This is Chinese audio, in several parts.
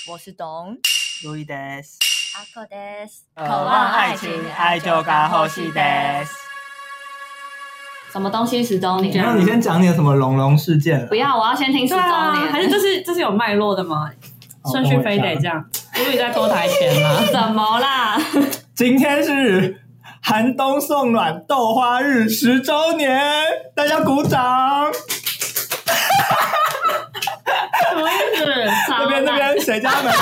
我是董路易德斯， 阿克德斯， 渴望爱情，爱就该呼吸德斯。 什么东西10周年？ 然后你先讲你的什么龙龙事件。 不要，我要先听10周年。 还是这是有脉络的吗？顺序非得这样？路易在拖台前吗？ 怎么啦？ 今天是寒冬送暖豆花日10周年，大家鼓掌。 什么意思？ 那边谁家门？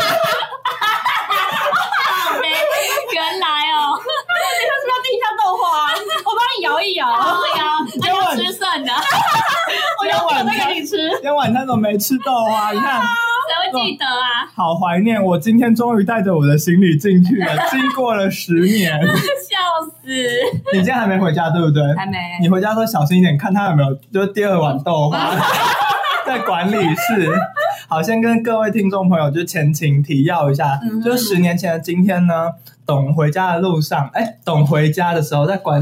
原来哦， 你为什么要订一下豆花？我帮你摇一摇， 还要吃剩的。 我要再给你吃。 今天晚餐怎么没吃豆花？你看， 谁会记得啊？ 好怀念！我今天终于带着我的行李进去了，经过了10年。 笑死！ 你今天还没回家对不对？ 还没。 你回家的时候小心一点，看他有没有就是第2碗豆花在管理室。好，先跟各位听众朋友就前情提要一下，就是10年前的今天呢，董回家的路上，董回家的时候在管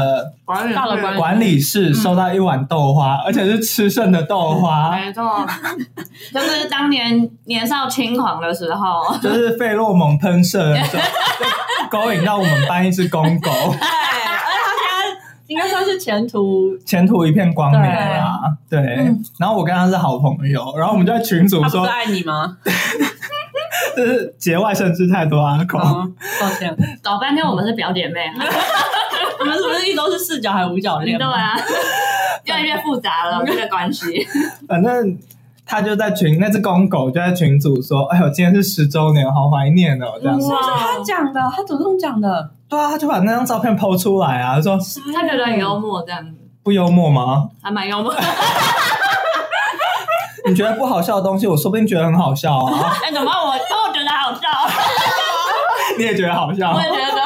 理室收到1碗豆花，而且是吃剩的豆花。 没错，就是当年年少轻狂的时候， 就是费洛蒙喷射的时候，就勾引到我们班一只公狗。 应该算是前途一片光明啦，对。然后我跟他是好朋友，然后我们就在群组说， 他不是爱你吗？ 就是节外生枝太多阿口， 抱歉， 搞半天我们是表姐妹， 你们是不是一都是4角还是5角恋？ 对啊，越来越复杂了这个关系。 反正他就在那只公狗就在群组说：“哎呦，今天是10周年，好怀念哦！”这样子。 是他讲的，他主动讲的。 对啊，他就把那张照片 po 出来啊，说他觉得很幽默，这样子。 不幽默吗？ 还蛮幽默。 你觉得不好笑的东西，我说不定觉得很好笑啊。 怎么我觉得好笑？ 你也觉得好笑？ 我也觉得。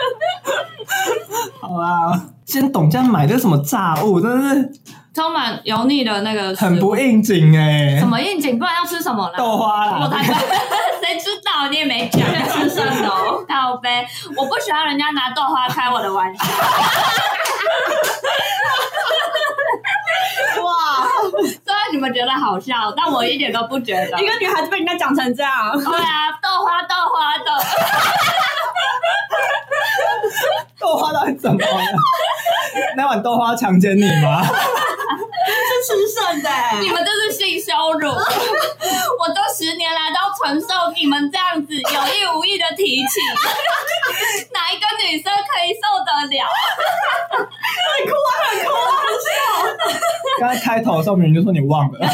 好啊，先董家买的什么炸物，真的是充满油腻的那个， 很不应景哎。 什么应景？不然要吃什么呢？ 豆花啦。 我才谁知道？你也没讲，吃剩的哦。靠杯，我不喜欢人家拿豆花开我的玩笑。 哇！ 虽然你们觉得好笑，但我一点都不觉得。 一个女孩子被人家讲成这样。 对啊，豆花的。 豆花到底怎么了？那碗豆花强奸你吗？ 是吃剩的。 你们这是性羞辱！我都10年来都承受你们这样子有意无意的提起，哪一个女生可以受得了？ 很哭啊，很笑。 刚才开头的时候明明就说你忘了。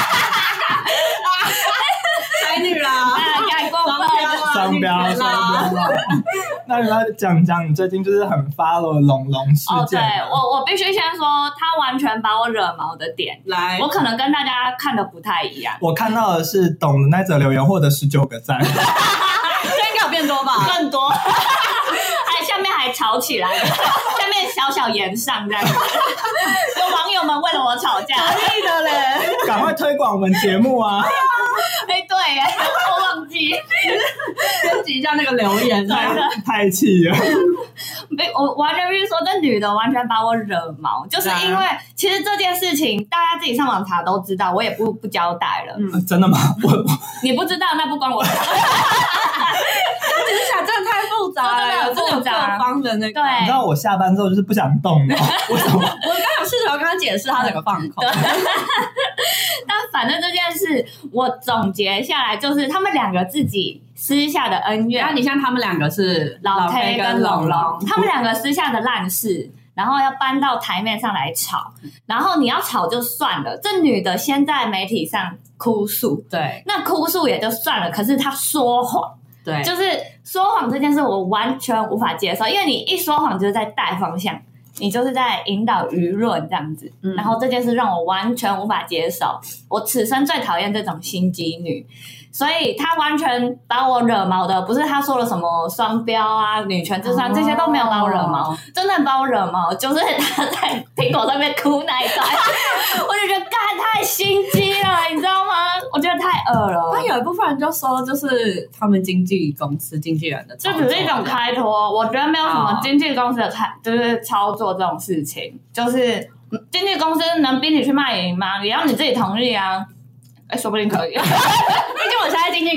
才女啦， 改过分双标。那你要讲你最近就是很 follow 龙事件。 对，我必须先说，他完全把我惹毛的点，我可能跟大家看的不太一样。 我看到的是董的那则留言获得19个赞， 这应该有变多吧？ 更多，下面还吵起来了，下面小言上这样子，有网友们为了我吵架， 可以的嘞， 赶快推广我们节目啊！ 对耶，我忘记编辑一下那个留言， 太气了。 我完全是说，这女的完全把我惹毛，就是因为其实这件事情大家自己上网查都知道，我也不交代了。 真的吗？ 你不知道，那不关我事。 只是想真的太复杂了，真的有各方的那个。 对， 你知道我下班之后就是不想动的，为什么？我刚有试图跟他解释他整个放空。 但反正这件事，我总结下来就是他们2个自己私下的恩怨。 然后你像他们2个是老 K 跟龙龙，他们2个私下的烂事，然后要搬到台面上来吵。然后你要吵就算了，这女的先在媒体上哭诉， 对， 那哭诉也就算了，可是她说谎。 对， 就是说谎这件事，我完全无法接受，因为你一说谎就是在带方向，你就是在引导舆论这样子。然后这件事让我完全无法接受，我此生最讨厌这种心机女。所以他完全把我惹毛的，不是他说了什么双标啊、女权至上，这些都没有把我惹毛。真正把我惹毛就是他在苹果上面哭那一段，我就觉得干太心机了，你知道吗？我觉得太恶了。 他有一部分人就说，就是他们经纪公司经纪人的， 这只是一种开脱。我觉得没有什么经纪公司的就是操作这种事情，就是经纪公司能逼你去卖淫吗？也要你自己同意啊。说不定可以。毕竟我现在经纪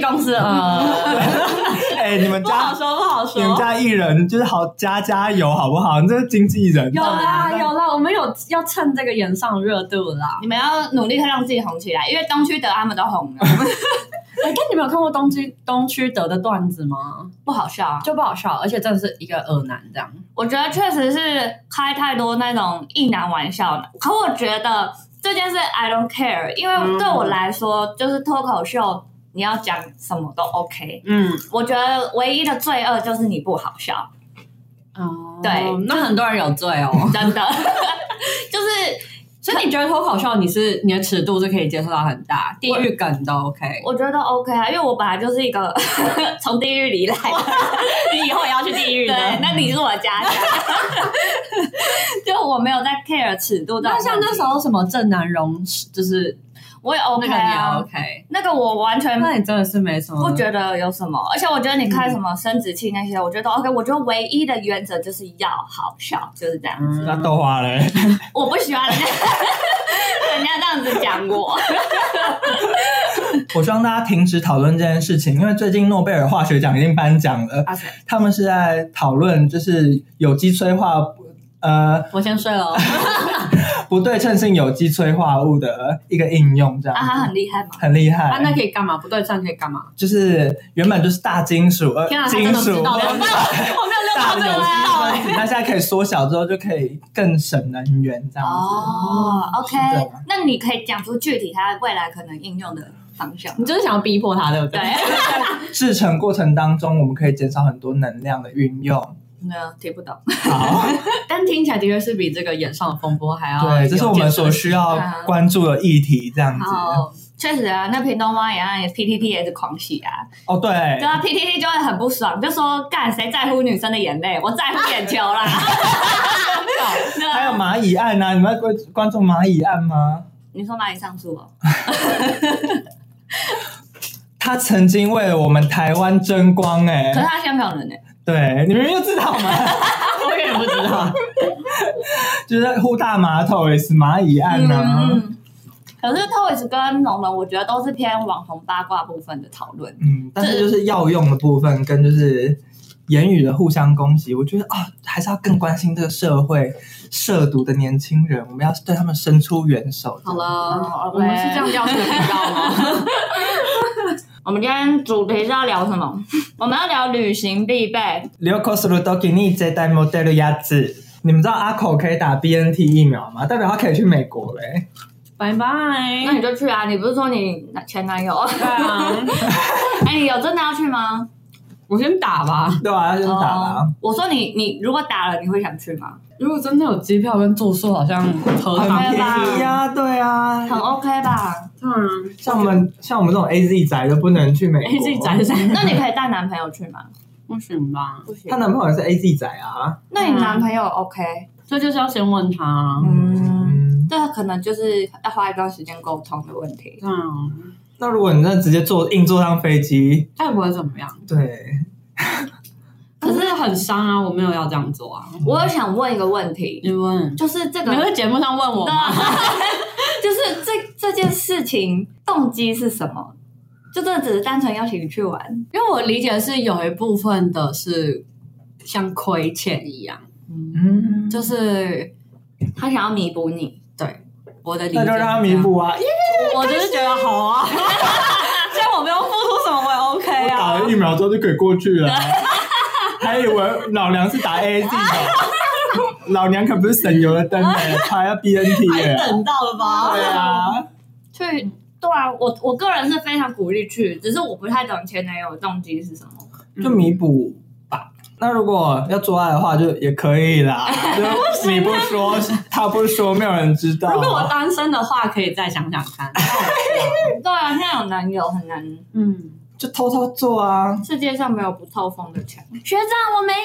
公司哎，你们不好家说，不好说。 你们家艺人就是好加油好不好？你这是经纪人。 有啦，我们有要趁这个演上热度啦。 你们要努力让自己红起来，因为东区德他们都红了。 但你们有看过东区德的段子吗？ 不好笑啊， 就不好笑，而且真的是一个恶男这样。 我觉得确实是开太多那种异男玩笑了。可我觉得这件事 I don't care， 因为对我来说，就是脱口秀你要讲什么都 OK。我觉得唯一的罪恶就是你不好笑。 哦， 对， 那很多人有罪哦， 真的。就是， 所以你觉得脱口秀你的尺度是可以接受到很大，地狱梗都 OK？ 我觉得 OK 啊，因为我本来就是一个从地狱里来的， 你以后也要去地狱的。 对，那你是我的家乡。就我没有在 care 尺度。 那像那时候什么郑南榕，就是我也 OK 啊， 那个你也 OK， 那个我完全， 那你真的是没什么， 不觉得有什么，而且我觉得你开什么生殖器那些，我觉得都 OK。我觉得唯一的原则就是要好笑，就是这样子。 那豆花嘞？ 我不喜欢人家这样子讲我。 我希望大家停止讨论这件事情，因为最近诺贝尔化学奖已经颁奖了，他们是在讨论就是有机催化。 我先睡了。 不对称性有机催化物的一个应用，这样它很厉害吗？ 很厉害。 那可以干嘛？不对称可以干嘛？ 就是原本就是大金属，金属， 我没有料到这个知道那现在可以缩小之后就可以更省能源，这样子。 哦 ，OK，那你可以讲出具体它未来可能应用的方向。 你就是想要逼迫它，对不对？ 对。 制成过程当中，我们可以减少很多能量的运用。 听不懂。 好， 但听起来的确是比这个演上的风波还要对，这是我们所需要关注的议题，这样子。 确实啊，那屏东妈也按 PTT 也是狂喜啊。 哦，对， 对啊 ，PTT 就会很不爽，就说干谁在乎女生的眼泪，我在乎眼球啦。 还有蚂蚁案啊，你们会关注蚂蚁案吗？ 你说蚂蚁上诉哦？ 他曾经为了我们台湾争光可是他香港人对，你们又知道吗？ 我也不知道。 就是呼大麻 Toys 蚂蚁案啊。 可是 Toys 跟龙龙，我觉得都是偏网红八卦部分的讨论。 但是就是药用的部分跟就是言语的互相攻击，我觉得还是要更关心这个社会涉毒的年轻人，我们要对他们伸出援手。 好了，我们是这样调查的频道吗？ 我们今天主题是要聊什么？我们要聊旅行必备。 旅行するときに絶対持ってるやつ。你们知道阿口可以打 BNT 疫苗吗？代表他可以去美国嘞。 拜拜。 那你就去啊！你不是说你前男友？对啊。你有真的要去吗？ 我先打吧。 对啊，先打吧。 我说你如果打了，你会想去吗？ 如果真的有机票跟住宿，好像很便宜啊，对啊， 很 OK 吧？ 像我们这种 AZ 宅都不能去美国。 AZ 宅， 那你可以带男朋友去吗？ 不行吧？ 不行。 她男朋友是 AZ 宅啊。 那你男朋友 OK？ 所以就是要先问他。 这可能就是要花一段时间沟通的问题。 那如果你真的直接硬坐上飞机， 他也不会怎么样。 对。 可是很伤啊！我没有要这样做啊。 我有想问一个问题， 你问， 就是这个你会在节目上问我吗？ 就是这件事情动机是什么？就这只是单纯邀请你去玩， 因为我理解是有一部分的是像亏欠一样，就是他想要弥补你。 对，我的理解那就让他弥补啊！ 我就是觉得好啊，虽然我没有付出什么，我也 OK 啊。 打了疫苗之后就可以过去了。还以为老娘是打 AZ 的，老娘可不是省油的灯还要 BNT 还等到了吧？ 对啊， 对啊，我个人是非常鼓励去，只是我不太懂前男友的动机是什么。 就弥补吧。那如果要做爱的话，就也可以啦。就你不说，他不说，没有人知道。 如果我单身的话，可以再想想看。 对啊，现在有男友很难。 就偷偷做啊！ 世界上没有不透风的墙。学长，我没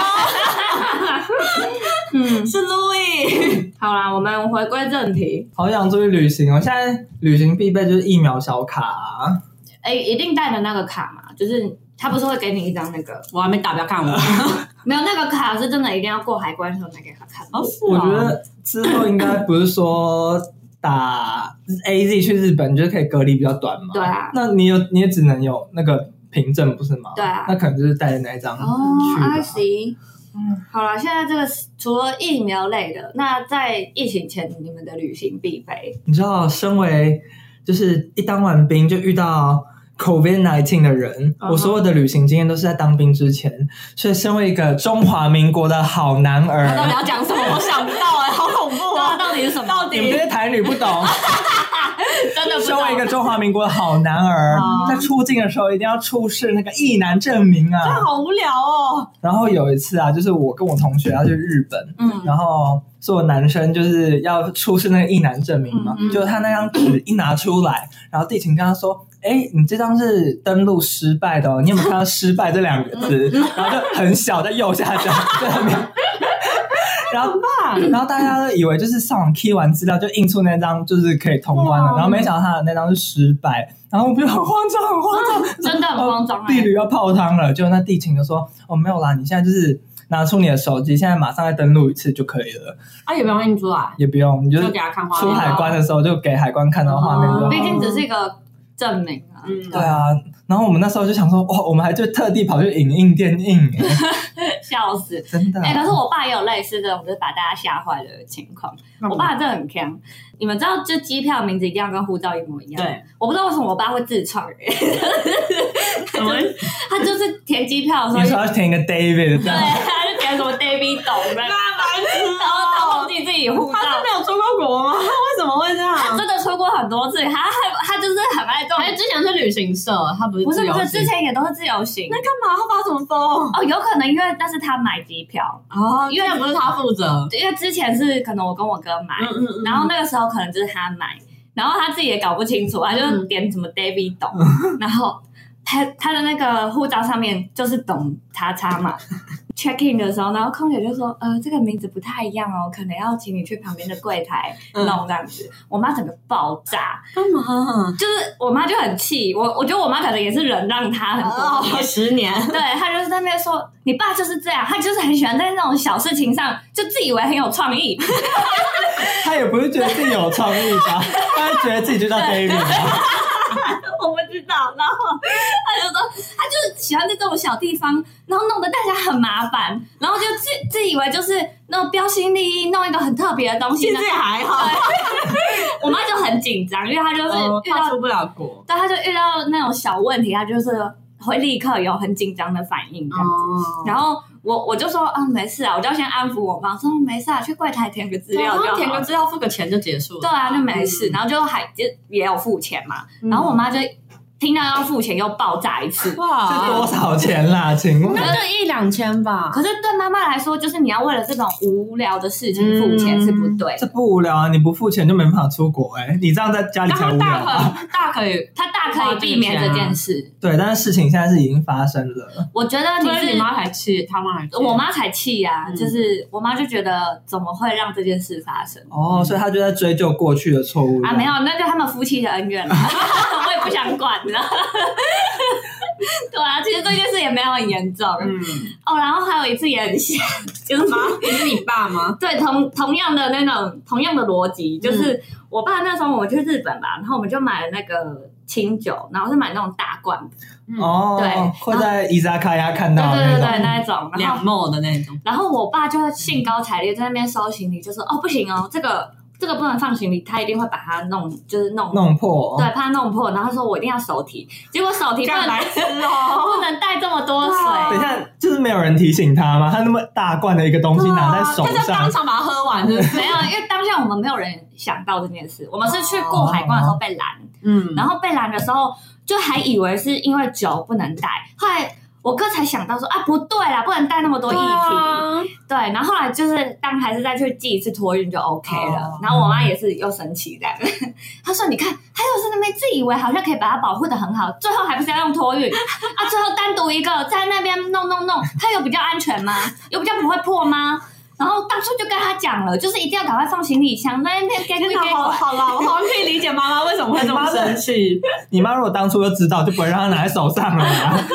有哦。 是 Louis。 好啦，我们回归正题。 好想出去旅行哦！现在旅行必备就是疫苗小卡啊。 一定带的那个卡嘛，就是他不是会给你一张那个， 我还没打，不要看我。 没有那个卡是真的一定要过海关的时候才给他看。 我觉得之后应该不是说打 AZ 去日本，就是可以隔离比较短嘛。 对啊， 那你也只能有那个凭证不是吗？ 对啊， 那可能就是带着那一张去吧。 I see。好了，现在这个除了疫苗类的，那在疫情前你们的旅行必备？ 你知道，身为就是一当完兵就遇到 COVID-19 的人，我所有的旅行经验都是在当兵之前，所以身为一个中华民国的好男儿， 他到底要讲什么？我想不到好恐怖啊！ 到底是什么？到底你们这些台女不懂。 真的不懂。 身为一个中华民国的好男儿，在出境的时候一定要出示那个役男证明啊！ 这好无聊哦。 然后有一次啊，就是我跟我同学要去日本，然后所有男生就是要出示那个役男证明嘛，就他那张纸一拿出来，然后地勤跟他说：“你这张是登录失败的哦，你有没有看到失败这2个字？”然后就很小在右下角在那边。然后大家都以为就是上网 key 完资料就印出那张就是可以通关了，然后没想到他的那张是失败，然后我们就很慌张， 真的很慌张。 婢女要泡汤了，就那地勤就说：“没有啦，你现在就是拿出你的手机，现在马上再登录一次就可以了。” 也不用印出来， 也不用，你就给他看画面。 出海关的时候就给海关看到画面就好。 毕竟只是一个证明啊。 对啊，然后我们那时候就想说，哇，我们还就特地跑去影印店印， 笑死， 真的。 可是我爸也有类似这种，就是把大家吓坏的情况。我爸真的很强，你们知道，就机票名字一定要跟护照一模一样。 对， 我不知道为什么我爸会自创他就是填机票的时候， 你说要填一个 David， 对，他就填什么 David 董，然后他忘记自己护照。 他是没有出过国吗？为什么会这样？ 他真的出过很多次，他就是很爱这种。 之前是旅行社，他不是自由行。 不是，之前也都是自由行。 那干嘛？他发什么疯？ 有可能因为那是他买机票因为不是他负责。 因为之前是可能我跟我哥买，然后那个时候可能就是他买，然后他自己也搞不清楚，他就点什么 David 董，然后他的那个护照上面就是董叉叉嘛。check in 的时候，然后空姐就说：“这个名字不太一样哦，可能要请你去旁边的柜台弄这样子。”我妈整个爆炸， 干嘛？ 就是我妈就很气我觉得我妈可能也是忍让她很多年 10年， 对，她就是在那边说：“你爸就是这样，他就是很喜欢在那种小事情上就自以为很有创意。” 他也不是觉得自己有创意吧，他是觉得自己就叫 David。 我不知道，然后他就说，他就是喜欢在这种小地方，然后弄得大家很麻烦，然后就自以为就是那种标新立异，弄一个很特别的东西。 现在还好， 我妈就很紧张，因为她就是遇到出不了国， 对，她就遇到那种小问题，她就是会立刻有很紧张的反应这样子。然后我就说没事啊，我就要先安抚我妈，说没事啊，去柜台填个资料就好， 填个资料付个钱就结束了。 对啊，就没事，然后就也有付钱嘛，然后我妈就听到要付钱又爆炸一次。 哇， 是多少钱啦？请问？ 那就1-2千吧。 可是对妈妈来说，就是你要为了这种无聊的事情付钱是不对。 这不无聊啊！你不付钱就没办法出国你这样在家里才无聊啊。 他大可以避免这件事。 对，但是事情现在是已经发生了。 我觉得你妈才气，他妈才气， 我妈才气啊！就是我妈就觉得怎么会让这件事发生？ 所以她就在追究过去的错误啊！没有，那就他们夫妻的恩怨了，我也不想管了。对啊，其实这件事也没有很严重。然后还有一次也很像，就是你是你爸吗？ 对，同样的逻辑，就是我爸那时候我们去日本吧，然后我们就买了那个清酒，然后是买那种大罐的。 对，会在伊扎卡亚看到的那种， 对那一种 2ml的那种。 然后我爸就兴高采烈在那边收行李，就说不行哦，这个不能放行李，他一定会把它弄破，对，怕它弄破。然后说我一定要手提，结果手提不能不能带这么多水。 等一下，就是没有人提醒他吗？他那么大罐的一个东西拿在手上， 他就当场把它喝完，是不是？ 没有，因为当下我们没有人想到这件事，我们是去过海关的时候被拦，然后被拦的时候就还以为是因为酒不能带，后来我哥才想到说不对啦，不能带那么多液体。对，然后后来就是当还是再去寄一次托运就 OK 了。然后我妈也是又生气的，她说：“你看，她又是那边自以为好像可以把它保护得很好，最后还不是要用托运最后单独一个在那边弄，它有比较安全吗？有比较不会破吗？”然后当初就跟他讲了，就是一定要赶快放行李箱，在那边给好啦，我好像可以理解妈妈为什么会这么生气。 你妈如果当初就知道，就不会让她拿在手上了啦。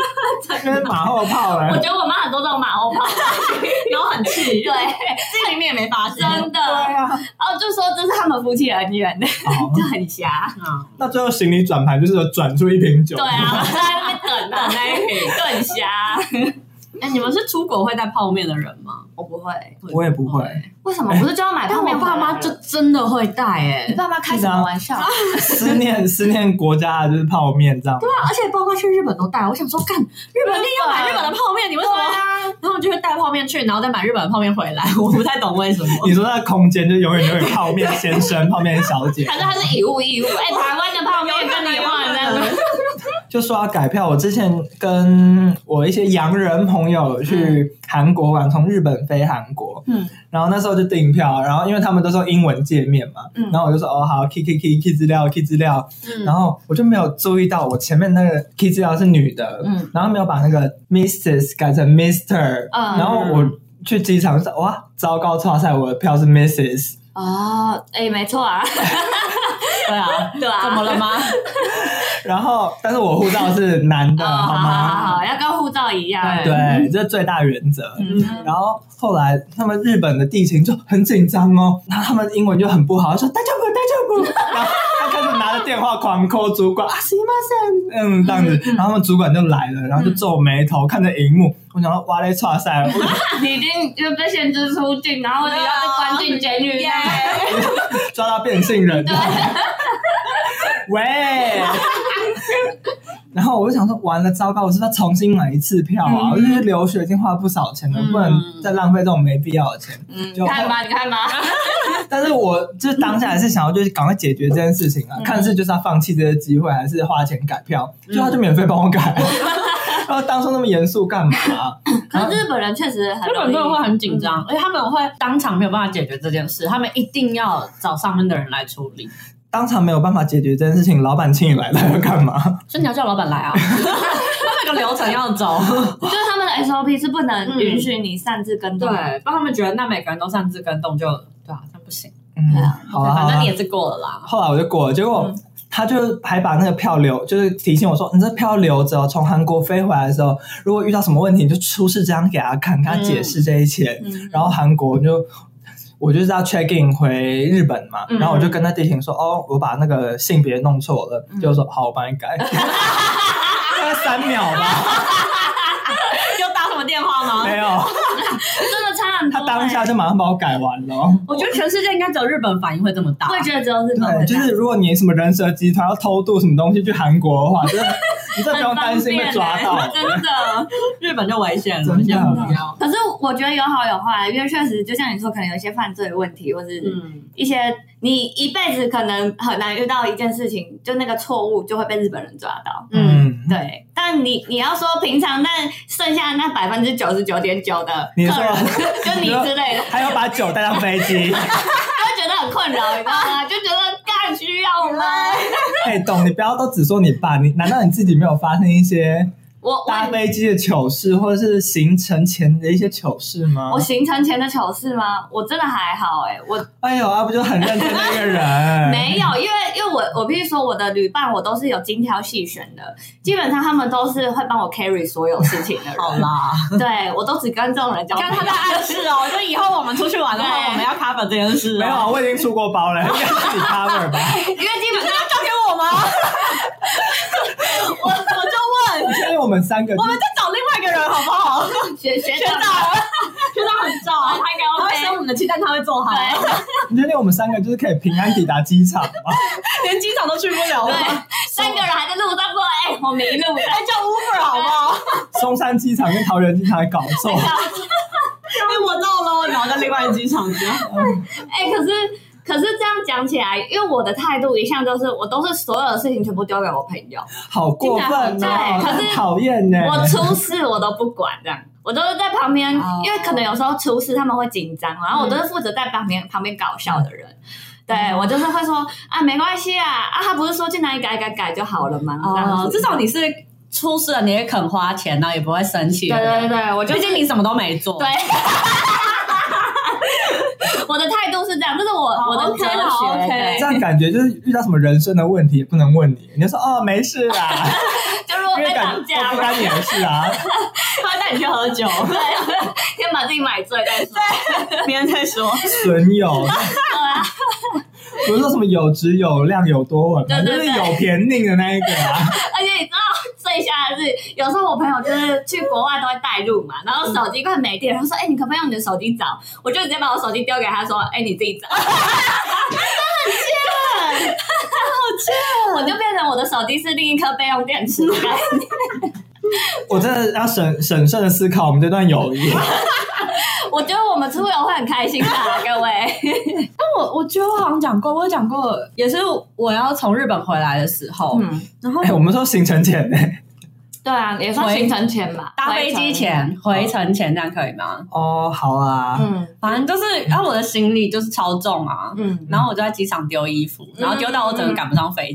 因为马后炮我觉得我妈很多这种马后炮， 然后很气， 对， 心里面也没发现， 真的， 对啊， 然后就说这是他们夫妻的恩怨，就很瞎。 那最后行李转盘就是有转出一瓶酒。 对啊，我在那边等那一瓶，就很瞎。 你们是出国会带泡面的人吗？ 我不会， 我也不会。 为什么？不是就要买泡面？ 我爸妈就真的会带你爸妈开什么玩笑？ 思念国家的就是泡面这样。 对啊，而且包括去日本都带。我想说，干日本一定要买日本的泡面，你为什么？然后就会带泡面去，然后再买日本的泡面回来。我不太懂为什么。 你说那空间就永远都有泡面先生、泡面小姐， 还是他是以物易物？台湾的泡面跟你换这样子。 就说要改票，我之前跟我一些洋人朋友去韩国玩，从日本飞韩国，然后那时候就订票，然后因为他们都是用英文界面嘛，然后我就说好 key 资料，然后我就没有注意到我前面那个 key 资料是女的，然后没有把那个 Mrs 改成 Mr，然后我去机场就说哇糟糕，错赛，我的票是 Mrs。 没错啊。 对啊，怎么了吗？ 然后，但是我护照是男的，好吗？ 好，要跟护照一样。 对，这是最大原则。然后后来他们日本的地勤就很紧张哦，然后他们英文就很不好，说大丈夫，然后他开始拿着电话狂 call 主管すいません，这样子，然后他们主管就来了，然后就皱眉头看着荧幕，我想说哇嘞，剉赛了， 你已经就被限制出境，然后你要被关进监狱， 抓到变性人。喂，然后我就想说完了糟糕，我是不是要重新买一次票啊？我就是留学已经花了不少钱了，不能再浪费这种没必要的钱。 你看吧。 但是我就是当下还是想要就是赶快解决这件事情啊，看是就是要放弃这个机会，还是花钱改票，就他就免费帮我改。然后当初那么严肃干嘛？ 可是日本人确实很， 日本人会很紧张，而且他们会当场没有办法解决这件事，他们一定要找上面的人来处理。 当场没有办法解决这件事情，老板请你来要干嘛？ 所以你要叫老板来啊，那个流程要走。 就是他们的 SOP 是不能允许你擅自跟动， 对，不然他们觉得那每个人都擅自跟动就对啊，这样不行。 好啊， 反正你也是过了啦。 后来我就过了，结果他就还把那个票留，就是提醒我说，你这票留着，从韩国飞回来的时候，如果遇到什么问题，你就出示这张给他看，跟他解释这一切。然后韩国我就是要 check in 回日本嘛，然后我就跟那地勤说，我把那个性别弄错了，就说好，我帮你改，大概3秒吧。 有打什么电话吗？ 没有， 真的差很多。 他当下就马上把我改完了。 我觉得全世界应该只有日本反应会这么大。 我也觉得只有日本会。 就是如果你什么人蛇集团要偷渡什么东西去韩国的话，就是你这不用担心被抓到。 真的， 日本就危险了， 真的。 可是我觉得有好有坏，因为确实就像你说，可能有一些犯罪的问题，或是一些你一辈子可能很难遇到一件事情，就那个错误就会被日本人抓到。对。但你要说平常，但剩下那99.9%的客人，就你之类的， 还要把酒带上飞机， 就会觉得很困扰，你知道吗？就觉得干需要吗？ 懂，你不要都只说你爸，难道你自己没有发生一些搭飞机的糗事，或者是行程前的一些糗事吗？ 我行程前的糗事吗？我真的还好不就很认真的一个人？ 没有，因为我必须说，我的旅伴我都是有精挑细选的，基本上他们都是会帮我 carry 所有事情的人。 好啦， 对，我都只跟这种人交朋友。 刚他在暗示哦，就以后我们出去玩的话，我们要 cover 这件事。 没有，我已经出过包了，应该是你 cover 吧？ 因为基本上要交给我吗？我就问， 因为我们3个， 我们再找另外一个人好不好？ 学长很照，他会生我们的气，但他会做好。 你确定我们3个就是可以平安抵达机场吗？ 连机场都去不了吗？ 对，3个人还在路上说，我迷路， 叫 Uber 好不好？ 松山机场跟桃园机场还搞错。 我到了，然后在另外一个机场这样。 可是这样讲起来，因为我的态度一向都是，我都是所有的事情全部丢给我朋友， 好过分哦！ 对，可是讨厌呢。 我出事我都不管，这样我都是在旁边，因为可能有时候出事他们会紧张，然后我都是负责在旁边搞笑的人。对，我就是会说没关系啊，他不是说去哪里改就好了吗？ 至少你是出事了，你也肯花钱，然后也不会生气。 对，我就毕竟你什么都没做。 对。我的态度是这样，这是我的哲学。 这样感觉就是遇到什么人生的问题也不能问你，你就说没事啦。 就如果被因为感绑架不干你的事啊。 他会带你去喝酒， 对，先把自己买醉再说。 明天再说。 损友， 对啊， 不是说什么有质有量有多稳吗？ 对对对就是有便佞的那一个啊。 而且你知道最吓的是，有时候我朋友就是去国外都会带路嘛，然后手机快没电，他说：“你可不可以用你的手机找？”我就直接把我手机丢给他说：“你自己找。”我就变成我的手机是另一颗备用电池的概念。 我真的要审慎的思考我们这段友谊。 我觉得我们出游会很开心的，各位。 但我觉得我好像讲过，我有讲过，也是我要从日本回来的时候，然后我们说行程前呢。 对啊，也算行程前吧， 搭飞机前、回程前，这样可以吗？ 哦，好啊。 反正就是，然后我的行李就是超重啊，然后我就在机场丢衣服，然后丢到我整个赶不上飞机。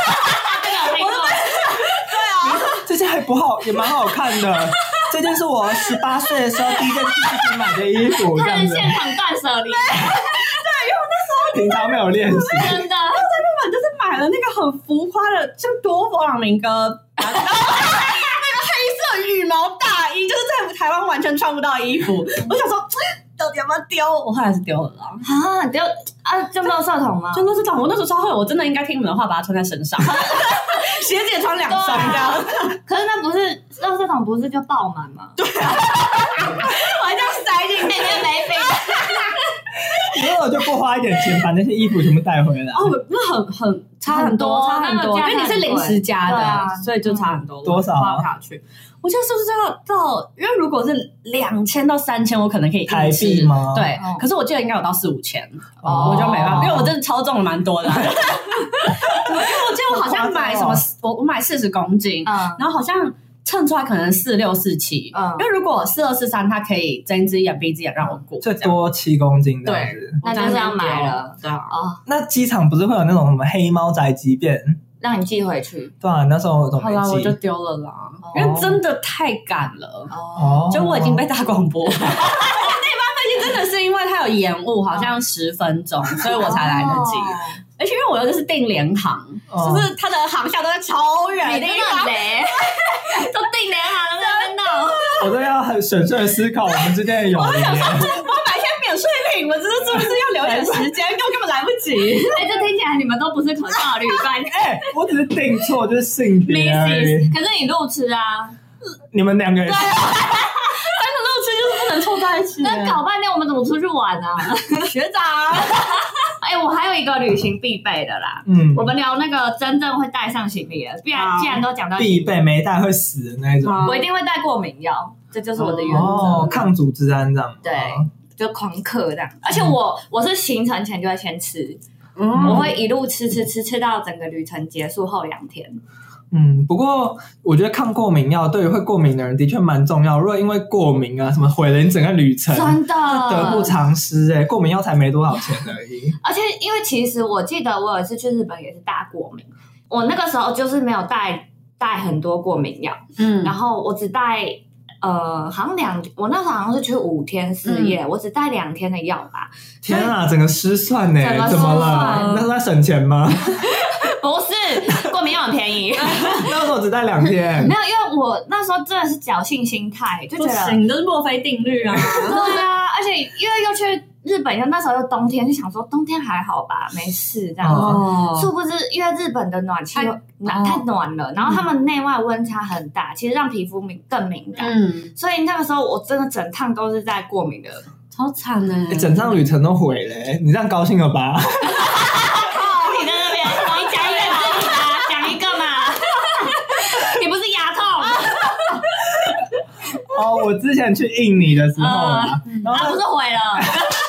这件还不好，也蛮好看的。这件是我18岁的时候第一件自己买的衣服，这他样子。 是现场断舍离， 对，因为我那时候平常没有练习， 真的。 我在日本就是买了那个很浮夸的，就多佛朗明哥，然后那个黑色羽毛大衣，就是在台湾完全穿不到衣服。我想说，到底要不要丢？我后来是丢了啦。 啊，丢啊，就没有色桶吗？ 就那是我那时候超会，我真的应该听你们的话，把它穿在身上，鞋子也穿2双这样。 可是那不是垃圾桶，不是就爆满吗？ 对啊，我还这样塞进去， 里面没冰。 然后我就多花一点钱把那些衣服全部带回来。 哦，那很差很多，差很多，因为你是临时加的，所以就差很多。 多少？ 花不下去。我觉得是不是要到？因为如果是2000到3000，我可能可以台币吗？ 对，可是我记得应该有到4-5千，我就没办法，因为我真的超重了蛮多的。因为我记得我好像买什么，我买40公斤，然后好像称出来可能46、47，因为如果42、43，它可以睁一只眼闭一只眼让我过， 就多7公斤这样子。 那就是要买了， 对啊。 那机场不是会有那种什么黑猫宅急便？ 让你寄回去。 对啊，那时候我都没寄。 后来我就丢了啦，因为真的太赶了。就我已经被大广播。那班飞机真的是因为它有延误，好像10分钟，所以我才来得及。而且因为我又就是订联航，就是它的航校都在超远的地方， 都订联航了，在那边闹。 我都要很审慎的思考我们之间的友谊。 我想说，我买些免税品，我这是不是要留点时间？根本来不及。 这听起来你们都不是可靠的旅伴。 我只是订错，就是性别而已。 可是你路痴啊， 你们2个人。 3个路痴就是不能凑在一起。 那搞半天我们怎么出去玩啊？ 学长。 我还有一个旅行必备的啦。我们聊那个真正会带上行李的，既然都讲到必备，没带会死的那一种。 我一定会带过敏药，这就是我的原则。 抗组织胺这样。 对，就狂嗑这样。而且我是行程前就会先吃，我会一路吃到整个旅程结束后2天。 不过我觉得抗过敏药对于会过敏的人的确蛮重要。如果因为过敏啊什么毁了你整个旅程， 真的得不偿失。过敏药才没多少钱而已。 而且因为其实我记得我有一次去日本也是大过敏，我那个时候就是没有带很多过敏药，然后我只带好像我那时候好像是去5天4夜，我只带2天的药吧。 天啊，整个失算呢！怎么了？那是在省钱吗？ 不是，过敏药很便宜。 那时候只带2天。 没有，因为我那时候真的是侥幸心态，就觉得你都是墨菲定律啊。 对啊，而且因为又去日本，那时候又冬天，就想说冬天还好吧，没事这样子。殊不知，因为日本的暖气太暖了，然后他们内外温差很大，其实让皮肤更敏感。所以那个时候我真的整趟都是在过敏的， 超惨的。 整趟旅程都毁了。你这样高兴了吧？ 你在那边，你讲一个自己吧，讲一个嘛。你不是牙痛？ 我之前去印尼的时候啊，然后不是毁了。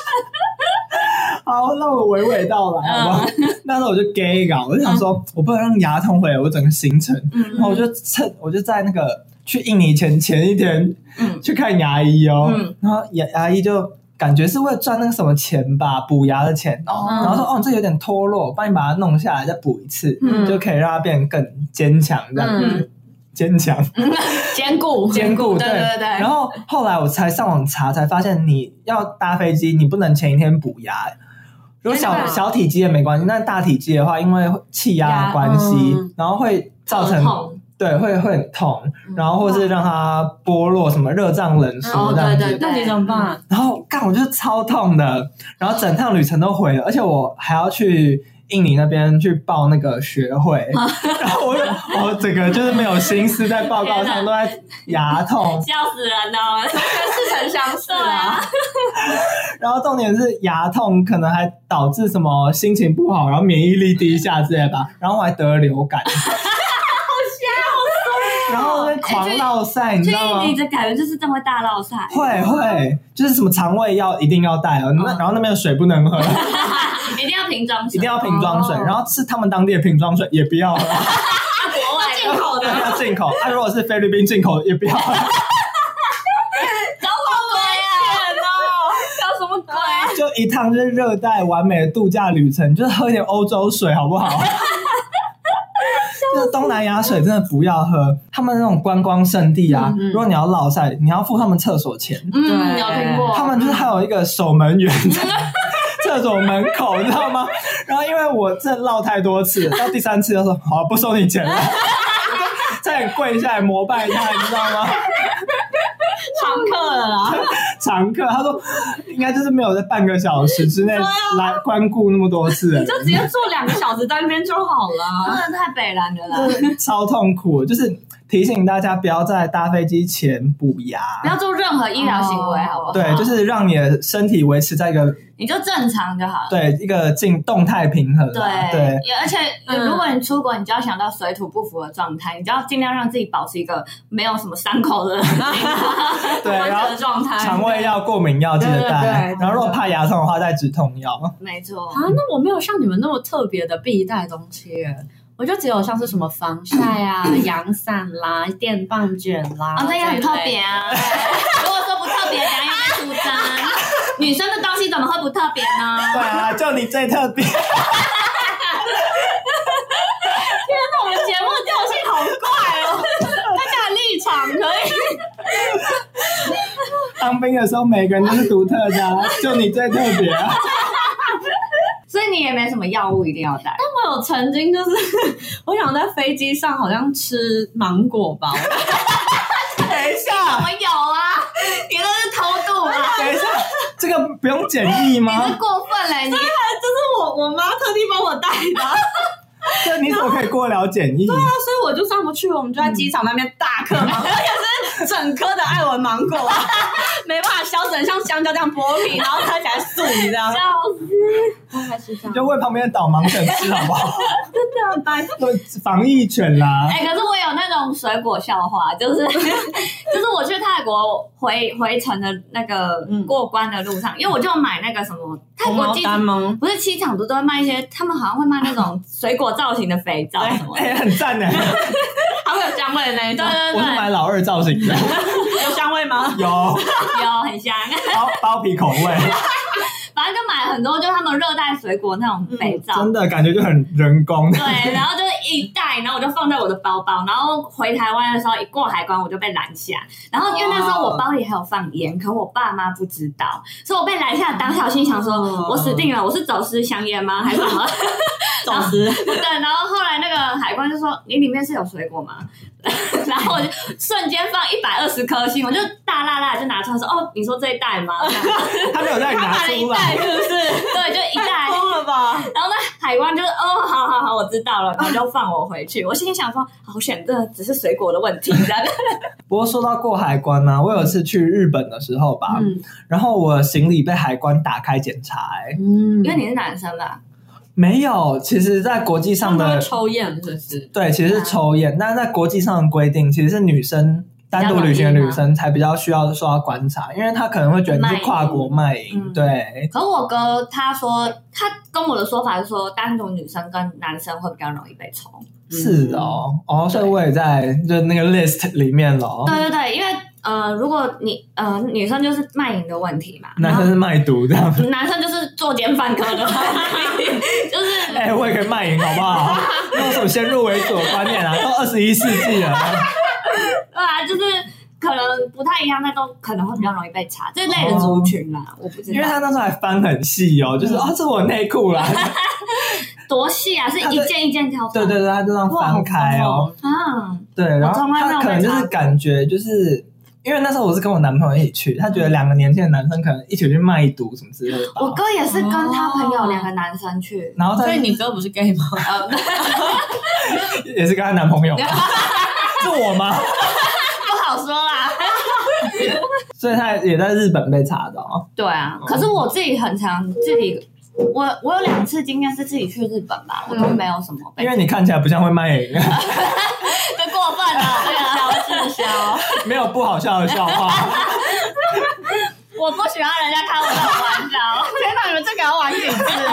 好，让我娓娓道来好不好？那时候我就 gay 搞，我就想说，我不能让牙痛毁了我整个行程。然后我就在那个去印尼前一天去看牙医然后牙医就感觉是为了赚那个什么钱吧，补牙的钱。然后说这有点脱落，我帮你把它弄下来再补一次，就可以让它变得更坚强这样。坚强， 坚固， 对。然后后来我才上网查，才发现你要搭飞机，你不能前一天补牙。如果小体积也没关系，但大体积的话，因为气压的关系，然后会造成对，会很痛，然后或是让它剥落什么热胀冷缩这样子。 对，那你怎么办？ 然后我就超痛的，然后整趟旅程都毁了，而且我还要去印尼那边去报那个学会，然后我整个就是没有心思在报告上，都在牙痛， 笑死人了， 似曾相识啊。 然后重点是牙痛可能还导致什么心情不好，然后免疫力低下之类吧，然后我还得了流感。然后在狂落晒，你知道吗？ 你的感觉就是这么大落晒， 会，就是什么肠胃药一定要带哦，然后那边的水不能喝， 一定要瓶装水， 一定要瓶装水，然后是他们当地的瓶装水也不要喝， 国外进口的要进口，如果是菲律宾进口也不要喝。 搞什么鬼啊？搞什么鬼？ 就一趟就是热带完美的度假旅程，就是喝一点欧洲水好不好？就是东南亚水真的不要喝，他们那种观光胜地啊，如果你要落晒，你要付他们厕所钱。 对，有听过。 他们就是还有一个守门员在厕所门口，你知道吗？然后因为我真的落太多次，到第3次就说好不收你钱了，差点跪下来膜拜他，你知道吗？ 常客了啦， 常客，他说应该就是没有在半个小时之内来光顾那么多次， 你就直接坐2个小时在那边就好了。 真的太北蓝了啦， 超痛苦，就是提醒大家不要在搭飞机前补牙， 不要做任何医疗行为，好不好？ 对，就是让你的身体维持在一个你就正常就好了。 对，一个动态平衡。对， 而且如果你出国，你就要想到水土不服的状态，你就要尽量让自己保持一个没有什么伤口的对，然后状态， 肠胃药、过敏药记得带，然后如果怕牙痛的话，带止痛药。 没错啊，那我没有像你们那么特别的必带东西耶。我就只有像是什么防晒啊、阳伞啦、电棒卷啦， 这也很特别啊。如果说不特别，等下又被出征。女生的东西怎么会不特别呢？ 对啊，就你最特别。天哪，我们节目调性好怪哦！大家的立场可以。 当兵的时候，每个人都是独特的啊，就你最特别啊。 所以你也没什么药物一定要带。 但我有曾经就是，我想在飞机上好像吃芒果吧。 等一下， 怎么有啊？你那是偷渡啊！ 等一下，这个不用检疫吗？ 你是过分了， 这是我妈特地帮我带的。 这你怎么可以过了检疫？ 对啊，所以我就上不去，我们就在机场那边大嗑芒果，而且是整颗的爱文芒果，没办法削成像香蕉这样剥皮，然后看起来素这样。 笑死！还是这样， 就喂旁边的导盲犬吃好不好？ 真的很白痴。 防疫犬啦。 可是我有那种水果笑话，就是我去泰国回程的那个过关的路上，因为我就买那个什么泰国不是机场都会卖一些，他们好像会卖那种水果造型的肥皂什么的， 很赞的， 还会有香味的那一种。 对， 我是买老二造型的。 有香味吗？ 有很香， 包皮口味。 反正就买很多，就他们热带水果那种肥皂， 真的感觉就很人工。 对，然后就是一袋，然后我就放在我的包包，然后回台湾的时候一过海关我就被拦下，然后因为那时候我包里还有放烟，可我爸妈不知道，所以我被拦下当下我心想说，我死定了，我是走私香烟吗？还是什么？ 走私？ 对，然后后来那个海关就说你里面是有水果吗？然后我就瞬间放120颗星，我就大辣辣就拿出来说，哦，你说这一袋吗？ 他没有让你拿出来， 是不是？ 对，就一袋。 疯了吧？ 然后呢，海关就好，我知道了，然后就放我回去。我心里想说，好险，这只是水果的问题。 不过说到过海关呢，我有次去日本的时候吧，然后我行李被海关打开检查， 因为你是男生吧？ 没有，其实在国际上的抽验是不是？ 对，其实是抽验，但是在国际上的规定，其实是女生单独旅行的女生才比较需要受到观察，因为她可能会觉得你是跨国卖淫。对。 可我哥他说，他跟我的说法是说，单独女生跟男生会比较容易被抽。 是哦，所以我也在就那个 list 里面咯。 对，因为如果你女生就是卖淫的问题嘛， 男生是卖毒这样， 男生就是作奸犯科的问题，就是我也可以卖淫好不好？那有什么先入为主的观念啊？都21世纪了。 对啊，就是可能不太一样，但都可能会比较容易被查这类的族群啦，我不知道。 因为他那时候还翻很细哦，就是这是我内裤啦。 多细啊，是一件一件挑出来。 对，他就这样翻开哦。对，然后他可能就是感觉就是。因为那时候我是跟我男朋友一起去，他觉得2个年轻的男生可能一起去卖毒什么之类的吧。 我哥也是跟他朋友2个男生去， 然后所以你哥不是 gay 吗？ 也是跟他男朋友吗？是我吗？ 不好说啦。 所以他也在日本被查到。 对啊，可是我自己很常自己。我有2次经验是自己去日本吧，我都没有什么被。 因为你看起来不像会卖淫。 太过分了，这个滞销， 没有不好笑的笑话。 我不喜欢人家开我这种玩笑。 天哪，你们这个要玩几次？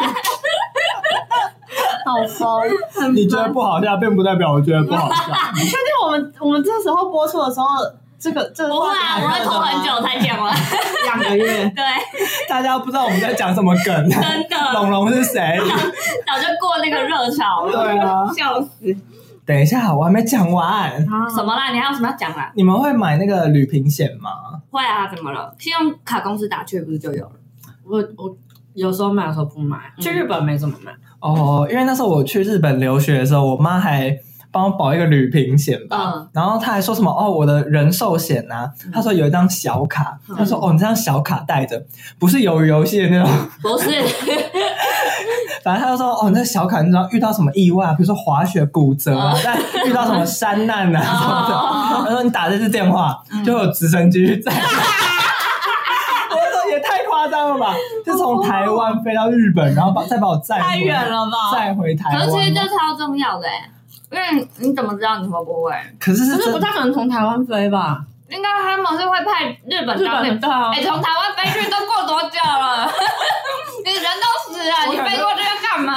好疯！ 你觉得不好笑，并不代表我觉得不好笑。 你确定我们这时候播出的时候？这个不会啊，我会拖很久才讲完 ，2个月。 对， 大家不知道我们在讲什么梗， 真的。 龙龙是谁？ 早就过那个热潮了。 对啊， 笑死！ 等一下，我还没讲完。 什么啦？你还有什么要讲啦？ 你们会买那个旅平险吗？ 会啊，怎么了？信用卡公司打去不是就有了？ 我有时候买，有时候不买。去日本没怎么买。 哦，因为那时候我去日本留学的时候，我妈还帮我保一个旅平险吧，然后他还说什么我的人寿险啊，他说有一张小卡，他说你这张小卡带着，不是鱿鱼游戏的那种， 不是， 反正他就说你这小卡你知道遇到什么意外，比如说滑雪骨折啊，再遇到什么山难啊什么的，他说你打这支电话就会有直升机去载。我说也太夸张了吧，就从台湾飞到日本，然后再把我载太远了吧， 再回台湾。 可是其实这超重要的因为你怎么知道你会不会？ 可是不太可能从台湾飞吧？ 应该他们是会派日本当你从台湾飞去都过多久了？你人都死了，你飞过去要干嘛？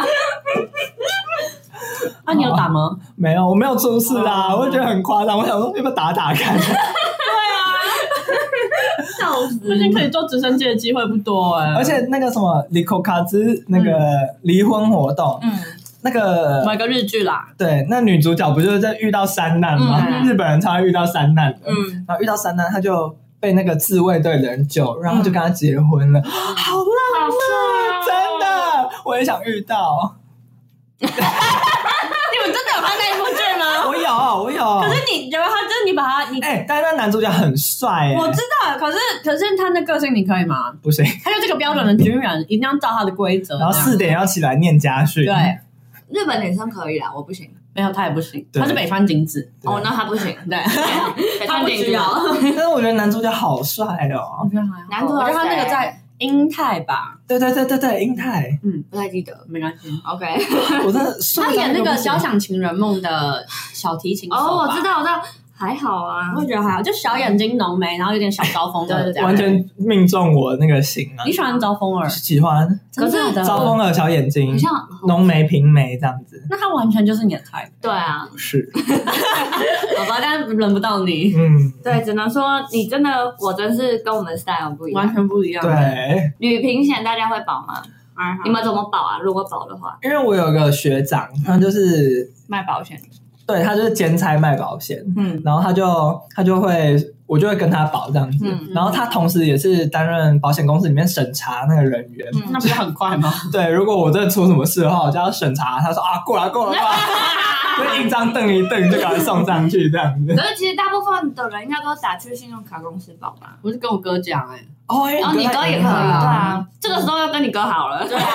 那你有打吗？ 没有，我没有出事啊，我就觉得很夸张。我想说要不要打看？ 对啊，笑死！最近可以坐直升机的机会不多而且那个什么离口卡兹那个离婚活动，那个某一个日剧啦， 对，那女主角不就是在遇到山难吗？日本人超爱遇到山难的，然后遇到山难，他就被那个自卫队的人救，然后就跟他结婚了，好浪漫，真的，我也想遇到。 你们真的有看那一部剧吗？ 我有。 可是你觉得他就是你把他但是那男主角很帅我知道，可是他的个性你可以吗？ 不行， 他就这个标准的军人，一定要照他的规则， 然后4点要起来念家训。 对。 日本女生可以啦，我不行。 没有，他也不行，他是北川景子。 那他不行。 对， 北川景子。 但是我觉得男主角好帅我觉得还好。 男主角他那个在英泰吧？ 对，英泰。 不太记得， 没关系。 OK。 我真的他演那个《交响情人梦》的小提琴手。 我知道。还好啊， 我也觉得还好，就小眼睛浓眉，然后有点小招风耳， 完全命中我那个型啊！ 你喜欢招风耳？ 喜欢， 可是招风耳小眼睛，像浓眉平眉这样子， 那他完全就是你的菜。 对啊， 不是， 好吧，但是轮不到你。 对，只能说你真的果真是跟我们 style 不一样， 完全不一样。 对， 旅平险大家会保吗？你们怎么保啊？如果保的话， 因为我有个学长，他就是卖保险。 对，他就是兼差卖保险，然后他就会，我就会跟他保这样子，然后他同时也是担任保险公司里面审查那个人员， 那不是很快吗？ 对，如果我真的出什么事的话，我就要审查，他说过来，就印章瞪一瞪就把他送上去这样子。 可是其实大部分的人应该都打去信用卡公司保吧？ 我是跟我哥讲你哥也可以，对啊，这个时候要跟你哥好了，对啊。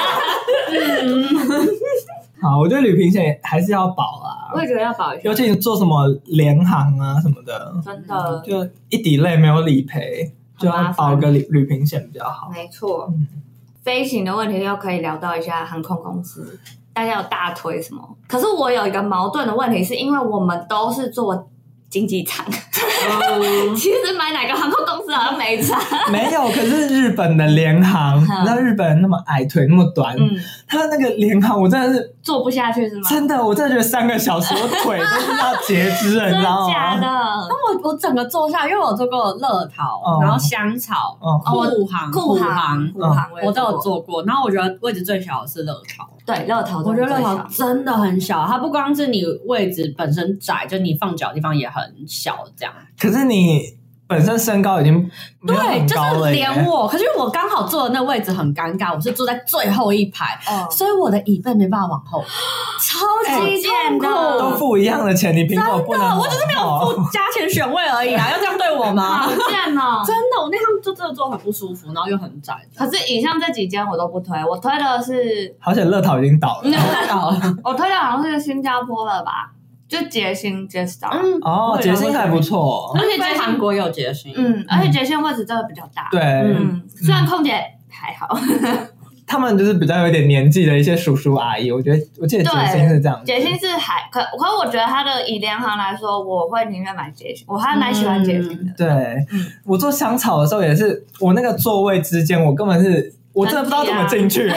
好，我觉得旅平险还是要保啦。 我也觉得要保一下， 尤其你做什么联航啊什么的， 真的就一抵累没有理赔，就要保个旅平险比较好。 没错，飞行的问题又可以聊到一下航空公司，大家有大推什么？可是我有一个矛盾的问题，是因为我们都是做经济舱。其实买哪个航空公司好像没差。 没有，可是日本的联航，你知道日本人那么矮，腿那么短，他那个联航我真的是坐不下去，是吗？ 真的，我真的觉得3个小时我腿都是要截肢了，你知道吗？ 真的假的？ 那我整个坐下，因为我做过乐桃，然后香草、酷航，我都有坐过。然后我觉得位置最小的是乐桃。 对，乐桃， 我觉得乐桃真的很小，它不光是你位置本身窄，就你放脚的地方也很小，这样。 可是你本身身高已经没有很高了， 对，就是连我，可是我刚好坐的那位置很尴尬，我是坐在最后一排，所以我的椅背没办法往后，超级痛苦。 都付一样的钱，你凭什么不能？ 我只是没有付加钱选位而已啊，要这样对我吗？ 好贱哦！ 真的，我那趟就真的坐很不舒服，然后又很窄。 可是以上这几间我都不推，我推的是， 好险乐桃已经倒了， 我推的好像是新加坡的吧。就捷星 Jetstar， 捷星还不错， 而且在韩国有捷星， 而且捷星位置真的比较大， 对， 虽然空姐还好， 他们就是比较有点年纪的一些叔叔阿姨，我记得捷星是这样， 捷星是可我觉得它的以联航来说，我会宁愿买捷星，我还蛮喜欢捷星的。 对，我坐香草的时候也是，我那个座位之间，我根本是我真的不知道怎么进去。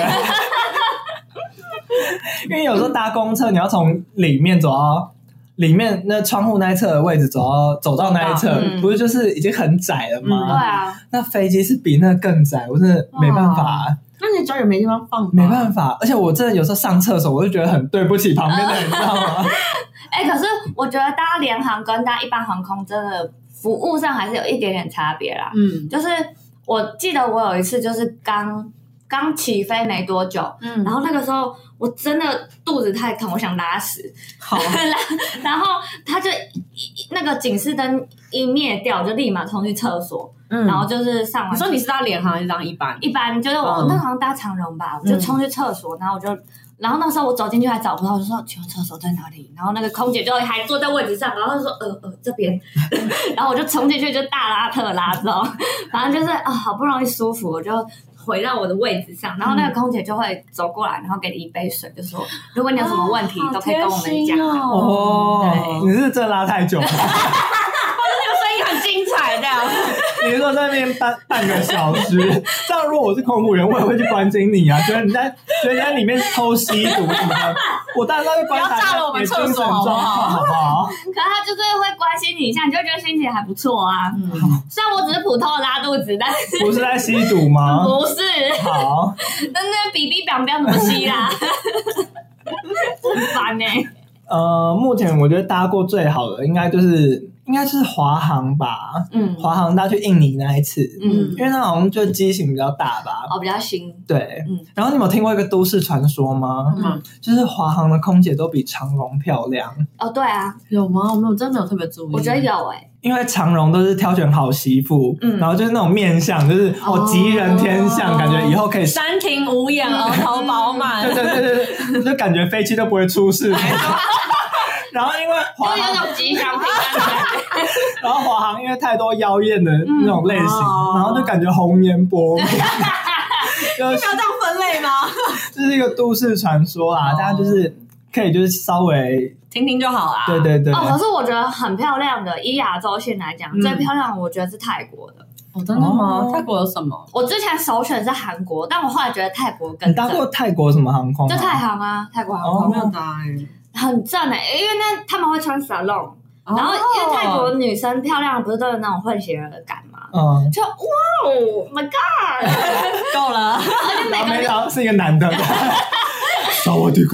因为有时候搭公车，你要从里面走到里面那窗户那一侧的位置走到那一侧，不是就是已经很窄了吗？ 对啊， 那飞机是比那更窄，我真的没办法。 那你脚也没地方放， 没办法。而且我真的有时候上厕所，我就觉得很对不起旁边的人，你知道吗？ 可是我觉得搭联航跟搭一般航空真的服务上还是有一点点差别啦。就是我记得我有一次就是刚起飞没多久，然后那个时候我真的肚子太痛，我想拉屎。好，然后他就那个警示灯一灭掉，就立马冲去厕所，然后就是上完。 你说你是搭联航还是搭一般？ 一般就是我那好像搭长荣吧，我就冲去厕所，然后然后那时候我走进去还找不到，我就说请问厕所在哪里？然后那个空姐就还坐在位置上，然后就说这边，然后我就冲进去就大拉特拉之后，反正就是好不容易舒服，我就回到我的位置上，然后那个空姐就会走过来，然后给你一杯水，就说如果你有什么问题都可以跟我们讲。 对，你是真拉太久了。 很精彩这样， 你说在那边半个小时，这样如果我是空服员，我也会去关心你啊，觉得你在里面偷吸毒什么的，我当然会观察你的精神状况，好不好？ 可他就是会关心你一下，你就觉得心情还不错啊。虽然我只是普通的拉肚子，但是不是在吸毒吗？ 不是。 好， 那比比表怎么吸啦？很烦欸。 目前我觉得搭过最好的应该就是华航吧，华航搭去印尼那一次，因为它好像就机型比较大吧， 比较新， 对，然后你有听过一个都市传说吗？就是华航的空姐都比长荣漂亮。 对啊， 有吗？我真的没有特别注意， 我觉得有因为长荣都是挑选好媳妇，然后就是那种面相，就是吉人天相，感觉以后可以三庭五眼，额头饱满， 对，就感觉飞机都不会出事。然后因为华航有种吉祥平安的感觉， 然后华航因为太多妖艳的那种类型，然后就感觉红颜薄命。 你不要这样分类吗？ 这是一个都市传说啊，大家就是可以就是稍微听听就好啦。 对。 可是我觉得很漂亮的，以亚洲线来讲，最漂亮的我觉得是泰国的。 真的吗？泰国有什么？ 我之前首选是韩国，但我后来觉得泰国更正。 你搭过泰国什么航空？ 就泰航啊，泰国航空。 我没有搭很正因为他们会穿 salon，然后因为泰国女生漂亮，不是都有那种混血儿的感吗？就哇哦 ，My God， 够了， 而且每个人是一个男的，烧我地瓜。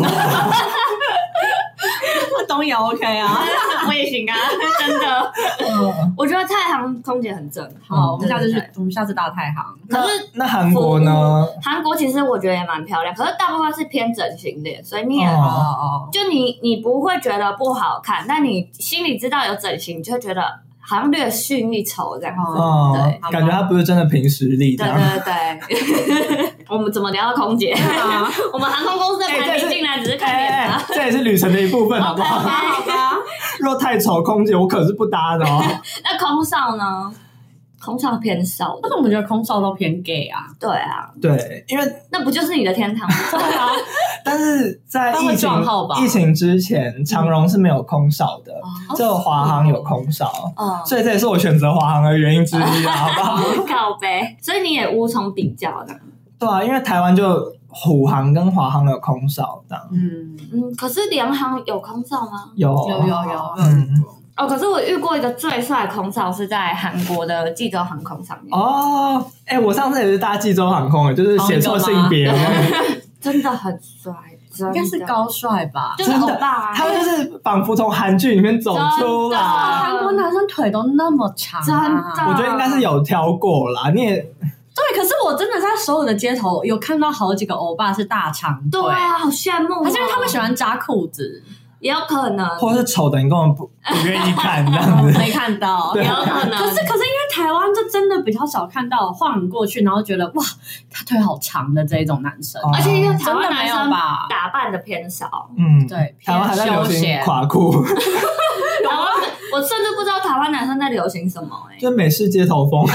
东也 OK 啊， 我也行啊，真的。我觉得泰航空姐很正。 好，我们下次搭泰航。 可是那韩国呢？ 韩国其实我觉得也蛮漂亮，可是大部分是偏整形脸，所以你也就你不会觉得不好看，但你心里知道有整形，你就会觉得好像略逊一筹这样子。对， 感觉他不是真的凭实力。对。 我们怎么聊到空姐？我们航空公司的排名进来只是看脸啊， 这也是旅程的一部分，好不好？ 好吧。 若太丑，空姐我可是不搭的哦。 那空少呢？空少偏少的， 但是我们觉得空少都偏 gay 啊。 对啊， 对，因为那不就是你的天堂吗？ 对啊。 但是在疫情之前，长荣是没有空少的，只有华航有空少。所以这也是我选择华航的原因之一啊，好不好？ 靠北，所以你也无从比较的。 对啊，因为台湾就虎航跟华航有空少这样。 可是联航有空少吗？ 有。 可是我遇过一个最帅的空少是在韩国的济州航空上面。 我上次也是搭济州航空，就是写错性别， 真的很帅， 应该是高帅吧， 就是欧巴， 他们就是仿佛从韩剧里面走出来。 韩国男生腿都那么长， 真的， 我觉得应该是有挑过啦。你也对，可是我真的在首尔的街头有看到好几个欧巴是大长腿， 对啊，好羡慕。 还是因为他们喜欢扎裤子， 也有可能， 或是丑的你根本不愿意看这样子， 没看到， 有可能。 可是因为台湾就真的比较少看到晃过去，然后觉得哇，他腿好长的这一种男生， 而且因为台湾男生吧打扮的偏少， 对， 台湾还在流行垮裤， 台湾我甚至不知道台湾男生在流行什么就美式街头风。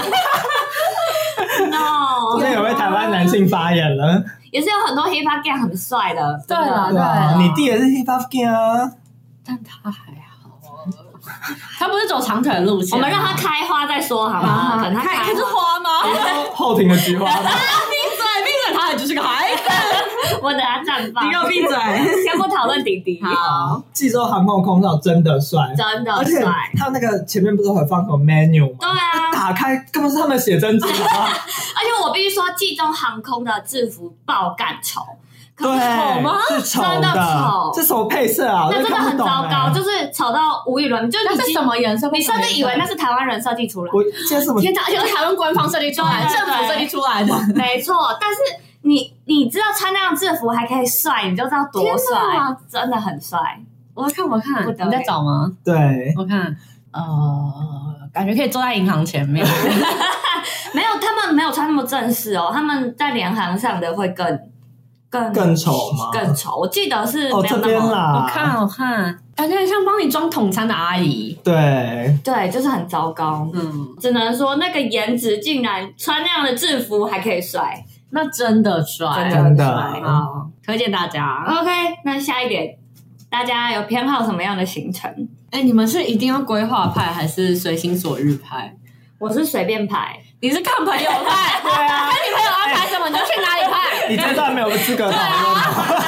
No， 今天有位台湾男性发言了， 也是有很多 hip hop gang 很帅的， 对了， 你弟也是 hip hop gang 啊， 但他还好，他不是走长腿的路线， 我们让他开花再说好吗？等他开是花吗？ 后庭的菊花吗？ 闭嘴，他也就是个孩子， 我等他绽放。 你给我闭嘴， 先不讨论弟弟。 好， 济州航空空少真的帅， 真的帅， 而且他那个前面不是会放什么 menu 吗？ 对啊， 打开根本是他们写真集吗？ 而且我必须说，济州航空的制服爆干丑。 对， 丑吗？ 是丑真的丑， 这什么配色啊？ 那真的很糟糕，就是丑到无与伦比。 那是什么颜色？ 你甚至以为那是台湾人设计出来。 我这什么？ 天哪！而且是台湾官方设计出来，政府设计出来的。 没错，但是你知道穿那样制服还可以帅，你就知道多帅，真的很帅。 我看，你在找吗？ 对， 我看，感觉可以坐在银行前面。 没有，他们没有穿那么正式哦，他们在联航上的会更丑吗？ 更丑，我记得是这边啦。 我看，感觉很像帮你装统餐的阿姨。 对， 就是很糟糕。只能说那个颜值竟然穿那样的制服还可以帅， 那真的帅， 真的好，推荐大家。 OK， 那下一点，大家有偏好什么样的行程？ 你们是一定要规划派还是随心所欲派？ 我是随便排。 你是看朋友派， 对啊， 看你朋友安排什么你就去哪里派。 你这段没有资格讨论。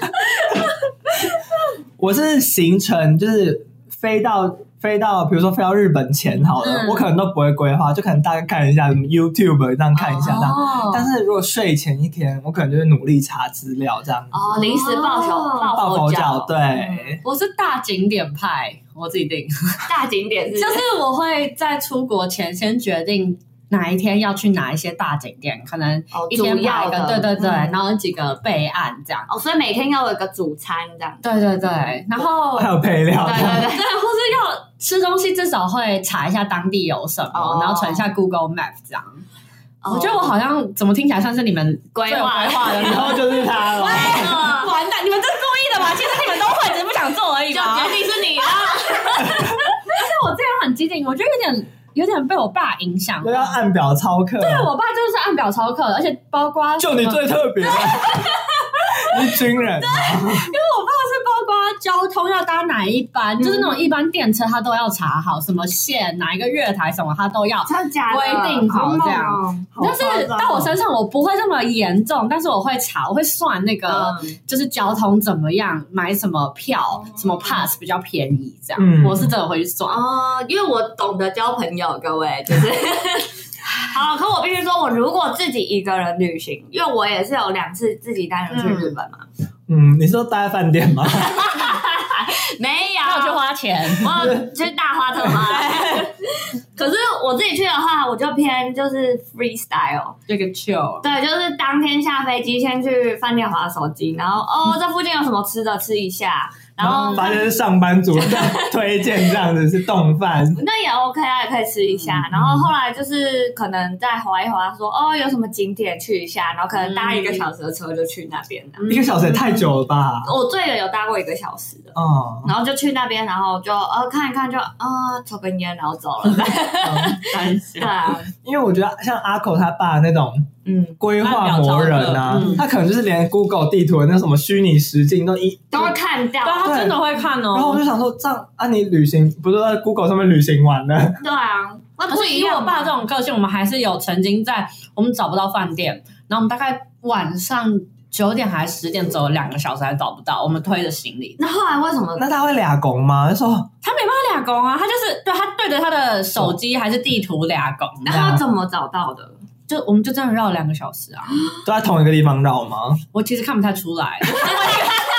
我是行程就是飞到，比如说飞到日本前好了，我可能都不会规划，就可能大概看一下什么 YouTube 这样看一下这样。但是如果睡前一天，我可能就是努力查资料这样。 临时抱佛脚。 对， 我是大景点派，我自己定。大景点就是我会在出国前先决定哪一天要去哪一些大景点，可能一天排一个，对，然后几个备案这样。 所以每天要有一个主餐这样。 对，然后还有配料。 对，或是要吃东西，至少会查一下当地有什么，然后存一下 Google Map 这样。我觉得我好像怎么听起来像是你们规划的， 然后就是他了。 完蛋，你们这是故意的吗？其实你们都会，只是不想做而已嘛。 就决定是你了。 而且我这样很激进，我觉得有点被我爸影响， 都要按表操课。 对，我爸就是按表操课，而且包括就你最特别，你是军人。 因为我爸是包括交通要搭哪一班，就是那种一般电车他都要查好，什么线哪一个月台什么他都要规定好这样。但是到我身上我不会这么严重，但是我会查，我会算那个就是交通怎么样，买什么票，什么 pass 比较便宜这样。我是真的会去算因为我懂得交朋友，各位就是。好，可我必须说，我如果自己一个人旅行，因为我也是有2次自己单人去日本嘛。 你是说待在饭店吗？ 没有， 我去花钱， 我去大花特花。可是我自己去的话，我就偏就是 freestyle， 这个 chill。 对，就是当天下飞机，先去饭店滑手机，然后这附近有什么吃的吃一下。然后发现是上班族推荐这样子是冻饭， 那也 OK 啊，也可以吃一下。然后后来就是可能再滑一滑，说有什么景点去一下，然后可能搭1个小时的车就去那边。 1个小时也太久了吧？ 我最远有搭过1个小时的，然后就去那边，然后就看一看，就抽根烟，然后走了。对啊， 因为我觉得像阿口他爸那种规划魔人啊，他可能就是连 Google 地图的那什么虚拟实境都会看掉。 对，他真的会看哦。 然后我就想说，这样你旅行不是在 Google 上面旅行完了？ 对啊， 可是以我爸这种个性，我们还是有曾经在我们找不到饭店，然后我们大概晚上9点还是10点走了2个小时还找不到，我们推着行李。 那后来为什么？ 那他会俩拱吗？他说他没办法俩拱啊，他就是他对着他的手机还是地图俩拱。 那他怎么找到的？ 就我们就真的绕了2个小时啊， 都在同一个地方绕吗？ 我其实看不太出来，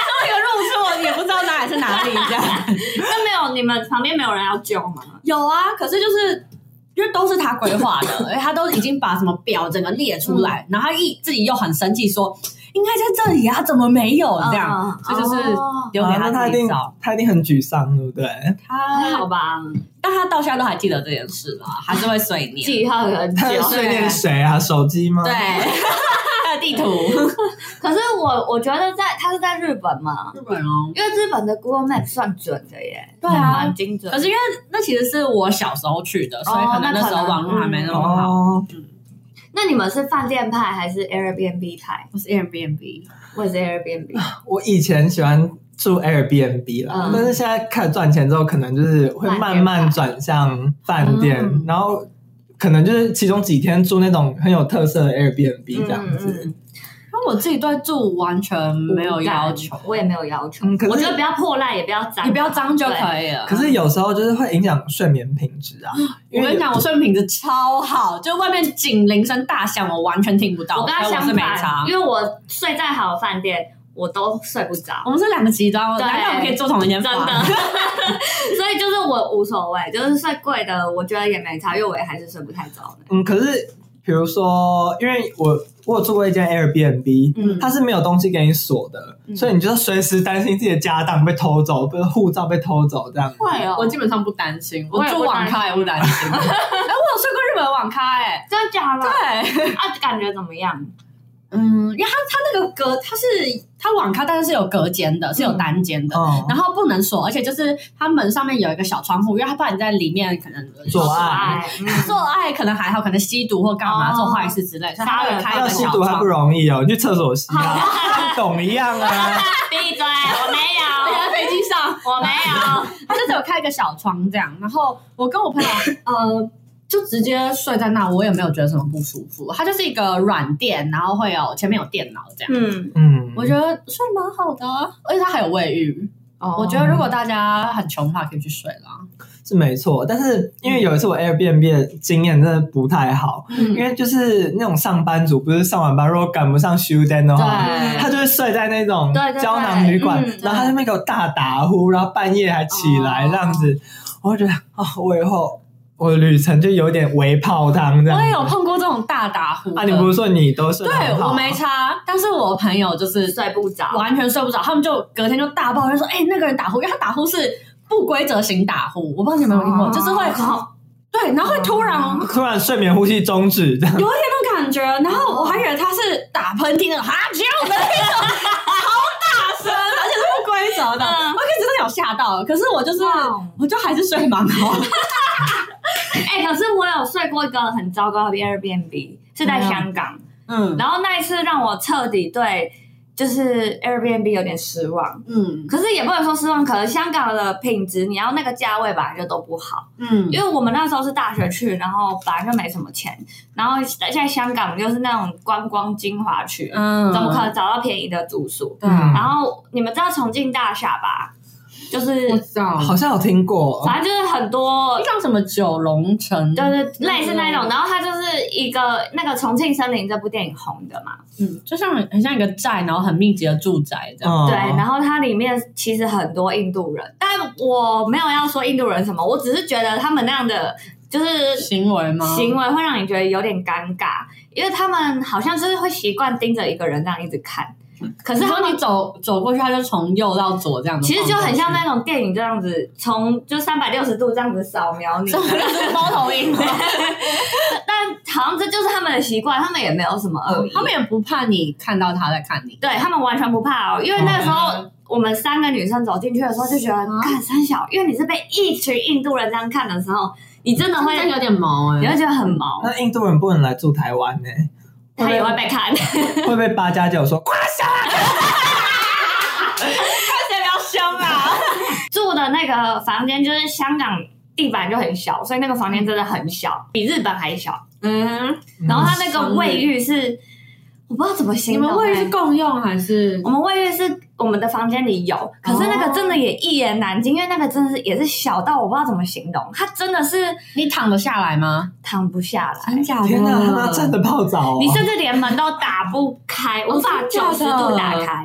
是哪里这样。 那没有，你们旁边没有人要救吗？ 有啊，可是就是因为都是他规划的，而且他都已经把什么表整个列出来，然后他自己又很生气说应该在这里啊，怎么没有这样，所以就是丢给他自己找。 他一定很沮丧，对不对？ 还好吧， 但他到现在都还记得这件事啦，还是会碎念。 记号很久。 他碎念谁啊？手机吗？ 对，还有地图。 可是我觉得他是在日本嘛， 日本哦， 因为日本的 Google Map 算准的耶， 对啊， 蛮精准。 可是因为那其实是我小时候去的，所以可能那时候网络还没那么好。 那你们是饭店派还是 Airbnb 派？ 我是 Airbnb， 我也是 Airbnb。 我以前喜欢住 Airbnb 啦，但是现在开始赚钱之后，可能就是会慢慢转向饭店，然后可能就是其中几天住那种很有特色的 Airbnb 这样子。 那我自己对住完全没有要求， 我也没有要求。 可是我觉得不要破烂，也不要脏， 也不要脏就可以了。 可是有时候就是会影响睡眠品质啊。 我跟你讲，我睡眠品质超好，就外面警铃声大响，我完全听不到。 我跟他相反， 因为我睡再好的饭店，我都睡不着。 我们是两个极端，难怪我们可以住同一间房。 真的，所以就是我无所谓，就是睡贵的，我觉得也没差，因为我也还是睡不太着的。 可是比如说，因为我有住过一间 Airbnb，它是没有东西给你锁的，所以你就随时担心自己的家当被偷走，比如护照被偷走这样。 会哦， 我基本上不担心，我住网咖也不担心。我有睡过日本网咖， 真的假的？ 对啊，感觉怎么样？ 因为它那个它网咖，但是是有隔间的，是有单间的，然后不能锁，而且就是它门上面有一个小窗户，因为它怕你在里面可能做爱， 做爱可能还好，可能吸毒或干嘛做坏事之类，所以它会开一个小窗。 要吸毒还不容易哦，你去厕所吸啊，像懂一样啊。 闭嘴，我没有， 我在飞机上我没有， 它就是有开一个小窗这样，然后我跟我朋友就直接睡在那，我也没有觉得什么不舒服。它就是一个软垫，然后会有前面有电脑这样。我觉得睡蛮好的，而且它还有卫浴。我觉得如果大家很穷的话，可以去睡啦。 是没错，但是因为有一次我 Airbnb 的经验真的不太好，因为就是那种上班族不是上完班如果赶不上休单的话，他就会睡在那种胶囊旅馆，然后他在那边给我大打呼，然后半夜还起来这样子，我就觉得我以后我的旅程就有点微泡汤这样。 我也有碰过这种大打呼啊！你不是说你都睡得很好？ 对，我没差，但是我朋友就是睡不着， 完全睡不着，他们就隔天就大抱怨说：“那个人打呼，因为他打呼是不规则型打呼，我不知道你有没有听过，就是会对，然后会突然睡眠呼吸终止，有一点那种感觉。然后我还以为他是打喷嚏那种哈啾的那种，好大声，而且是不规则的，我可真的有吓到。可是我就还是睡蛮好。 可是我有睡过一个很糟糕的 Airbnb， 是在香港。然后那一次让我彻底对就是 Airbnb 有点失望。可是也不能说失望，可能香港的品质你要那个价位本来就都不好。因为我们那时候是大学去，然后本来就没什么钱，然后现在香港就是那种观光精华区，怎么可能找到便宜的住宿？然后你们知道重庆大厦吧？就是好像有听过， 反正就是很多像什么九龙城， 对，类似那种。然后它就是一个那个重庆森林这部电影红的嘛， 就像很像一个寨，然后很密集的住宅这样。 对，然后它里面其实很多印度人，但我没有要说印度人什么，我只是觉得他们那样的就是行为吗？ 行为会让你觉得有点尴尬，因为他们好像就是会习惯盯着一个人这样一直看。可是他们你走过去，他就从右到左这样子， 其实就很像那种电影这样子，从就360度这样子扫描你， 猫头鹰。 但好像这就是他们的习惯，他们也没有什么恶意， 他们也不怕你看到他在看你， 对他们完全不怕因为那个时候我们3个女生走进去的时候就觉得，看三小，因为你是被一群印度人这样看的时候，你真的会有点毛你会觉得很毛。 那印度人不能来住台湾呢？ 他也会被看， 会被8+9说夸下来， 看起来比较凶啊！住的那个房间就是香港地板就很小，所以那个房间真的很小，比日本还小。然后它那个卫浴是我不知道怎么形容。 你们卫浴是共用还是？ 我们卫浴是我们的房间里有，可是那个真的也一言难尽，因为那个真的是也是小到我不知道怎么形容。它真的是你躺得下来吗？ 躺不下来， 真假的？ 天哪，他站着泡澡你甚至连门都打不开，无法90度打开。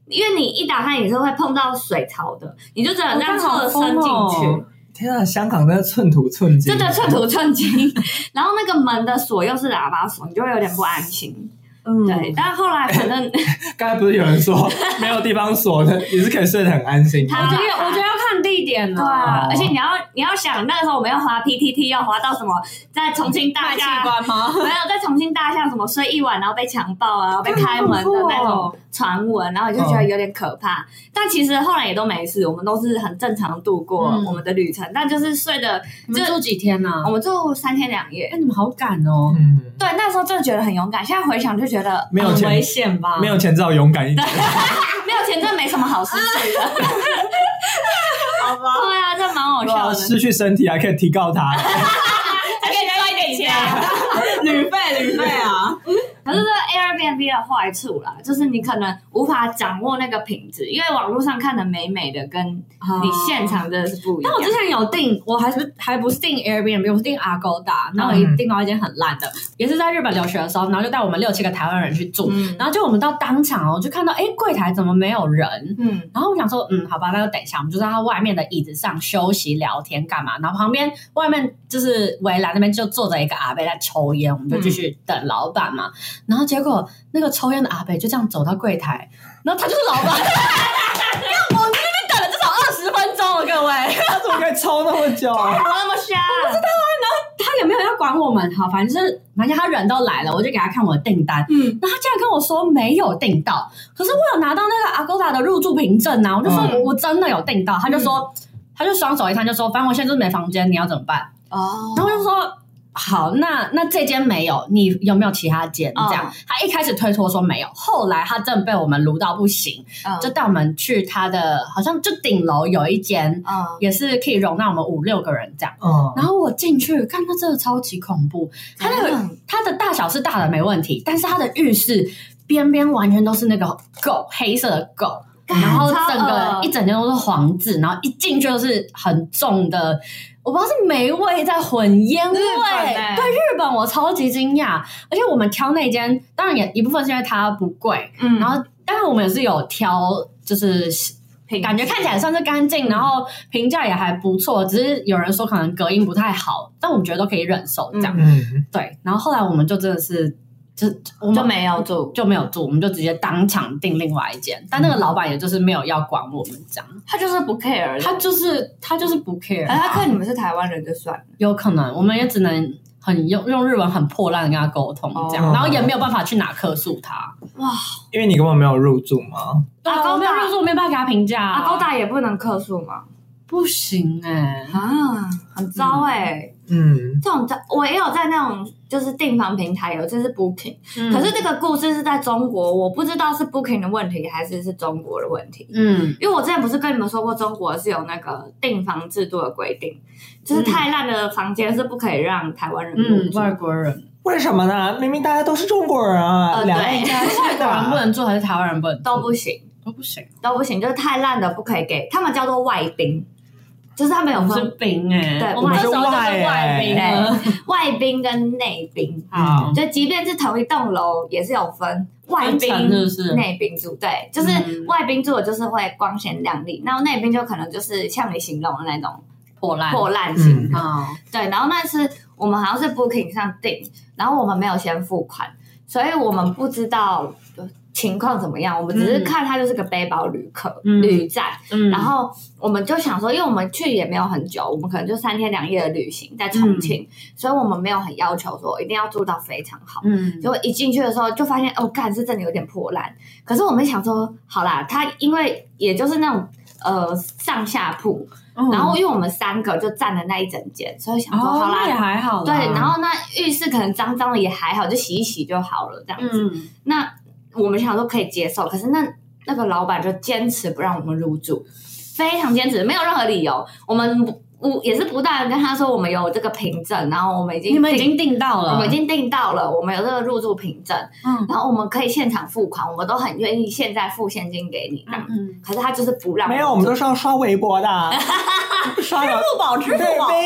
因为你一打开也是会碰到水槽的，你就只能这样侧身进去。 天啊，香港真的寸土寸金， 真的寸土寸金。然后那个门的锁又是喇叭锁，你就会有点不安心。对，但后来反正刚才不是有人说没有地方锁的，你是可以睡得很安心。 我觉得要看地点对啊，而且你要想那个时候我们要滑 PTT 要滑到什么，在重庆大厦器官吗？ 没有，在重庆大厦什么睡一晚然后被强暴啊，然后被开门的那种传闻，然后我就觉得有点可怕。但其实后来也都没事，我们都是很正常度过我们的旅程。但就是睡的， 你们住几天呢？ 我们住3天2夜。 你们好赶哦。 对，那时候真的觉得很勇敢，现在回想就觉得没有钱很危险吧？ 没有钱，至少勇敢一点。 没有钱真的没什么好失去的。好吧。对啊，这蛮好笑的。 失去身体还可以提告他，还可以赚一点钱， 旅费啊。 可是这个 Airbnb 的坏处啦，就是你可能无法掌握那个品质，因为网络上看的美美的跟你现场真的是不一样。 但我之前有订，我还不是订 Airbnb， 我是订 Agoda， 然后我订到一间很烂的，也是在日本留学的时候，然后就带我们6-7个台湾人去住，然后就我们到当场就看到柜台怎么没有人，然后我想说好吧，那就等一下，我们就在他外面的椅子上休息聊天干嘛，然后旁边外面就是围栏那边就坐着一个阿伯在抽烟，我们就继续等老板嘛。然后结果那个抽烟的阿伯就这样走到柜台，然后他就是老板。我们那边等了至少20分钟了，各位。 他怎么可以抽那么久？ 那么瞎？ 我不知道啊。然后他也没有要管我们，好，反正他人都来了，我就给他看我的订单。然后他竟然跟我说没有订到，可是我有拿到那个 Agoda 的入住凭证啊，我就说我真的有订到，他就说他就双手一摊就说，反正我现在就是没房间，你要怎么办？然后我就说。好，那这间没有，你有没有其他间？这样，他一开始推脱说没有，后来他真的被我们撸到不行，就带我们去他的，好像就顶楼有一间，也是可以容纳我们5-6个人这样。然后我进去看，那真的超级恐怖。它的大小是大的没问题，但是它的浴室边边完全都是那个垢，黑色的垢。然后一整间都是黄渍，然后一进去就是很重的，我不知道是霉味在混烟味。对，日本我超级惊讶，而且我们挑那间，当然也一部分是因为它不贵，然后当然我们也是有挑，就是感觉看起来算是干净，然后评价也还不错，只是有人说可能隔音不太好，但我们觉得都可以忍受这样。对，然后后来我们就真的是。我们就没有住， 我们就直接当场订另外一间，但那个老板也就是没有要管我们这样， 他就是不 care， 他就是不 care， 他看你们是台湾人就算了， 有可能我们也只能用日文很破烂的跟他沟通这样，然后也没有办法去哪客诉他。哇， 因为你根本没有入住吗？ 对啊，我没有入住，没有办法给他评价。 Agoda也不能客诉吗？ 不行很糟这种我也有在那种就是订房平台有，这是 Booking，可是这个故事是在中国，我不知道是 Booking 的问题还是中国的问题。因为我之前不是跟你们说过，中国是有那个订房制度的规定，就是太烂的房间是不可以让台湾人入住， 外国人。 为什么呢？明明大家都是中国人啊，两岸一家亲， 外国人不能住还是台湾人不能住？ 都不行，就是太烂的不可以给，他们叫做外宾。就是他们有分宾对， 我们那时候就是外宾， 外宾跟内宾，就即便是同一栋楼也是有分外宾、内宾住，对，就是外宾住的就是会光鲜亮丽，然后内宾就可能就是像你形容的那种破烂型，对，然后那是我们好像是 Booking 上订，然后我们没有先付款，所以我们不知道情况怎么样，我们只是看他就是个背包旅客、旅站，然后我们就想说，因为我们去也没有很久，我们可能就3天2夜的旅行在重庆，所以我们没有很要求说一定要住到非常好，结果一进去的时候就发现干是真的有点破烂，可是我们想说好啦，他因为也就是那种上下铺。然后因为我们3个就占了那一整间，所以想说好啦， 也还好啦， 对，然后那浴室可能脏脏的也还好，就洗一洗就好了这样子。那我们想说可以接受，可是那个老板就坚持不让我们入住，非常坚持，没有任何理由。我们也是不断跟他说我们有这个凭证，然后你们已经订到了， 我们已经订到了，我们有这个入住凭证，然后我们可以现场付款，我们都很愿意现在付现金给你，可是他就是不让。 没有，我们都是要刷微博的，刷支付宝， 对，微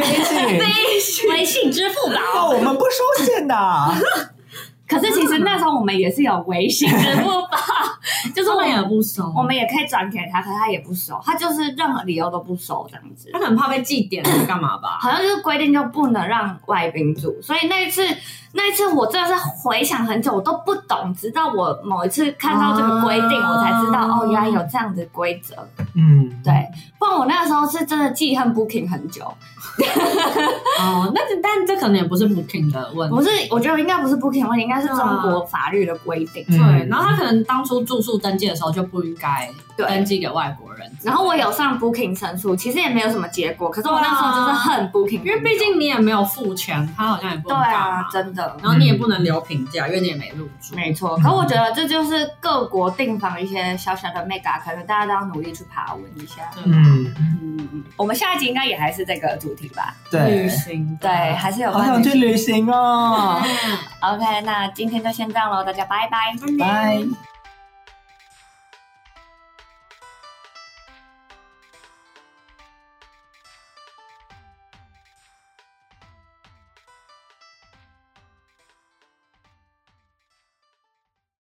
信支付宝， 我们不收现的。 可是其实那时候我们也是有微信支付宝， 就是我们也不收， 我们也可以转给他，可是他也不收，他就是任何理由都不收这样子。 他可能怕被记点还是干嘛吧？ 好像就是规定就不能让外宾住，所以那一次我真的是回想很久，我都不懂，直到我某一次看到这个规定，我才知道哦，原来有这样的规则。对，不然我那个时候是真的记恨 Booking 很久。 但这可能也不是 Booking 的问题， 不是，我觉得应该不是 Booking 问题，应该是中国法律的规定。 对，然后他可能当初住宿登记的时候就不应该登记给外国人。 然后我有上 Booking 申诉，其实也没有什么结果，可是我那时候就是恨 Booking， 因为毕竟你也没有付钱，他好像也不能干嘛。 对啊，真的。 然后你也不能留评价，因为你也没入住。 没错，可我觉得这就是各国订房一些小小的 mega， 可能大家都要努力去爬文一下。我们下一集应该也还是这个主题吧？ 对， 旅行， 对，还是有。 好想去旅行哦。 OK， 那今天就先这样咯，大家拜拜， 拜。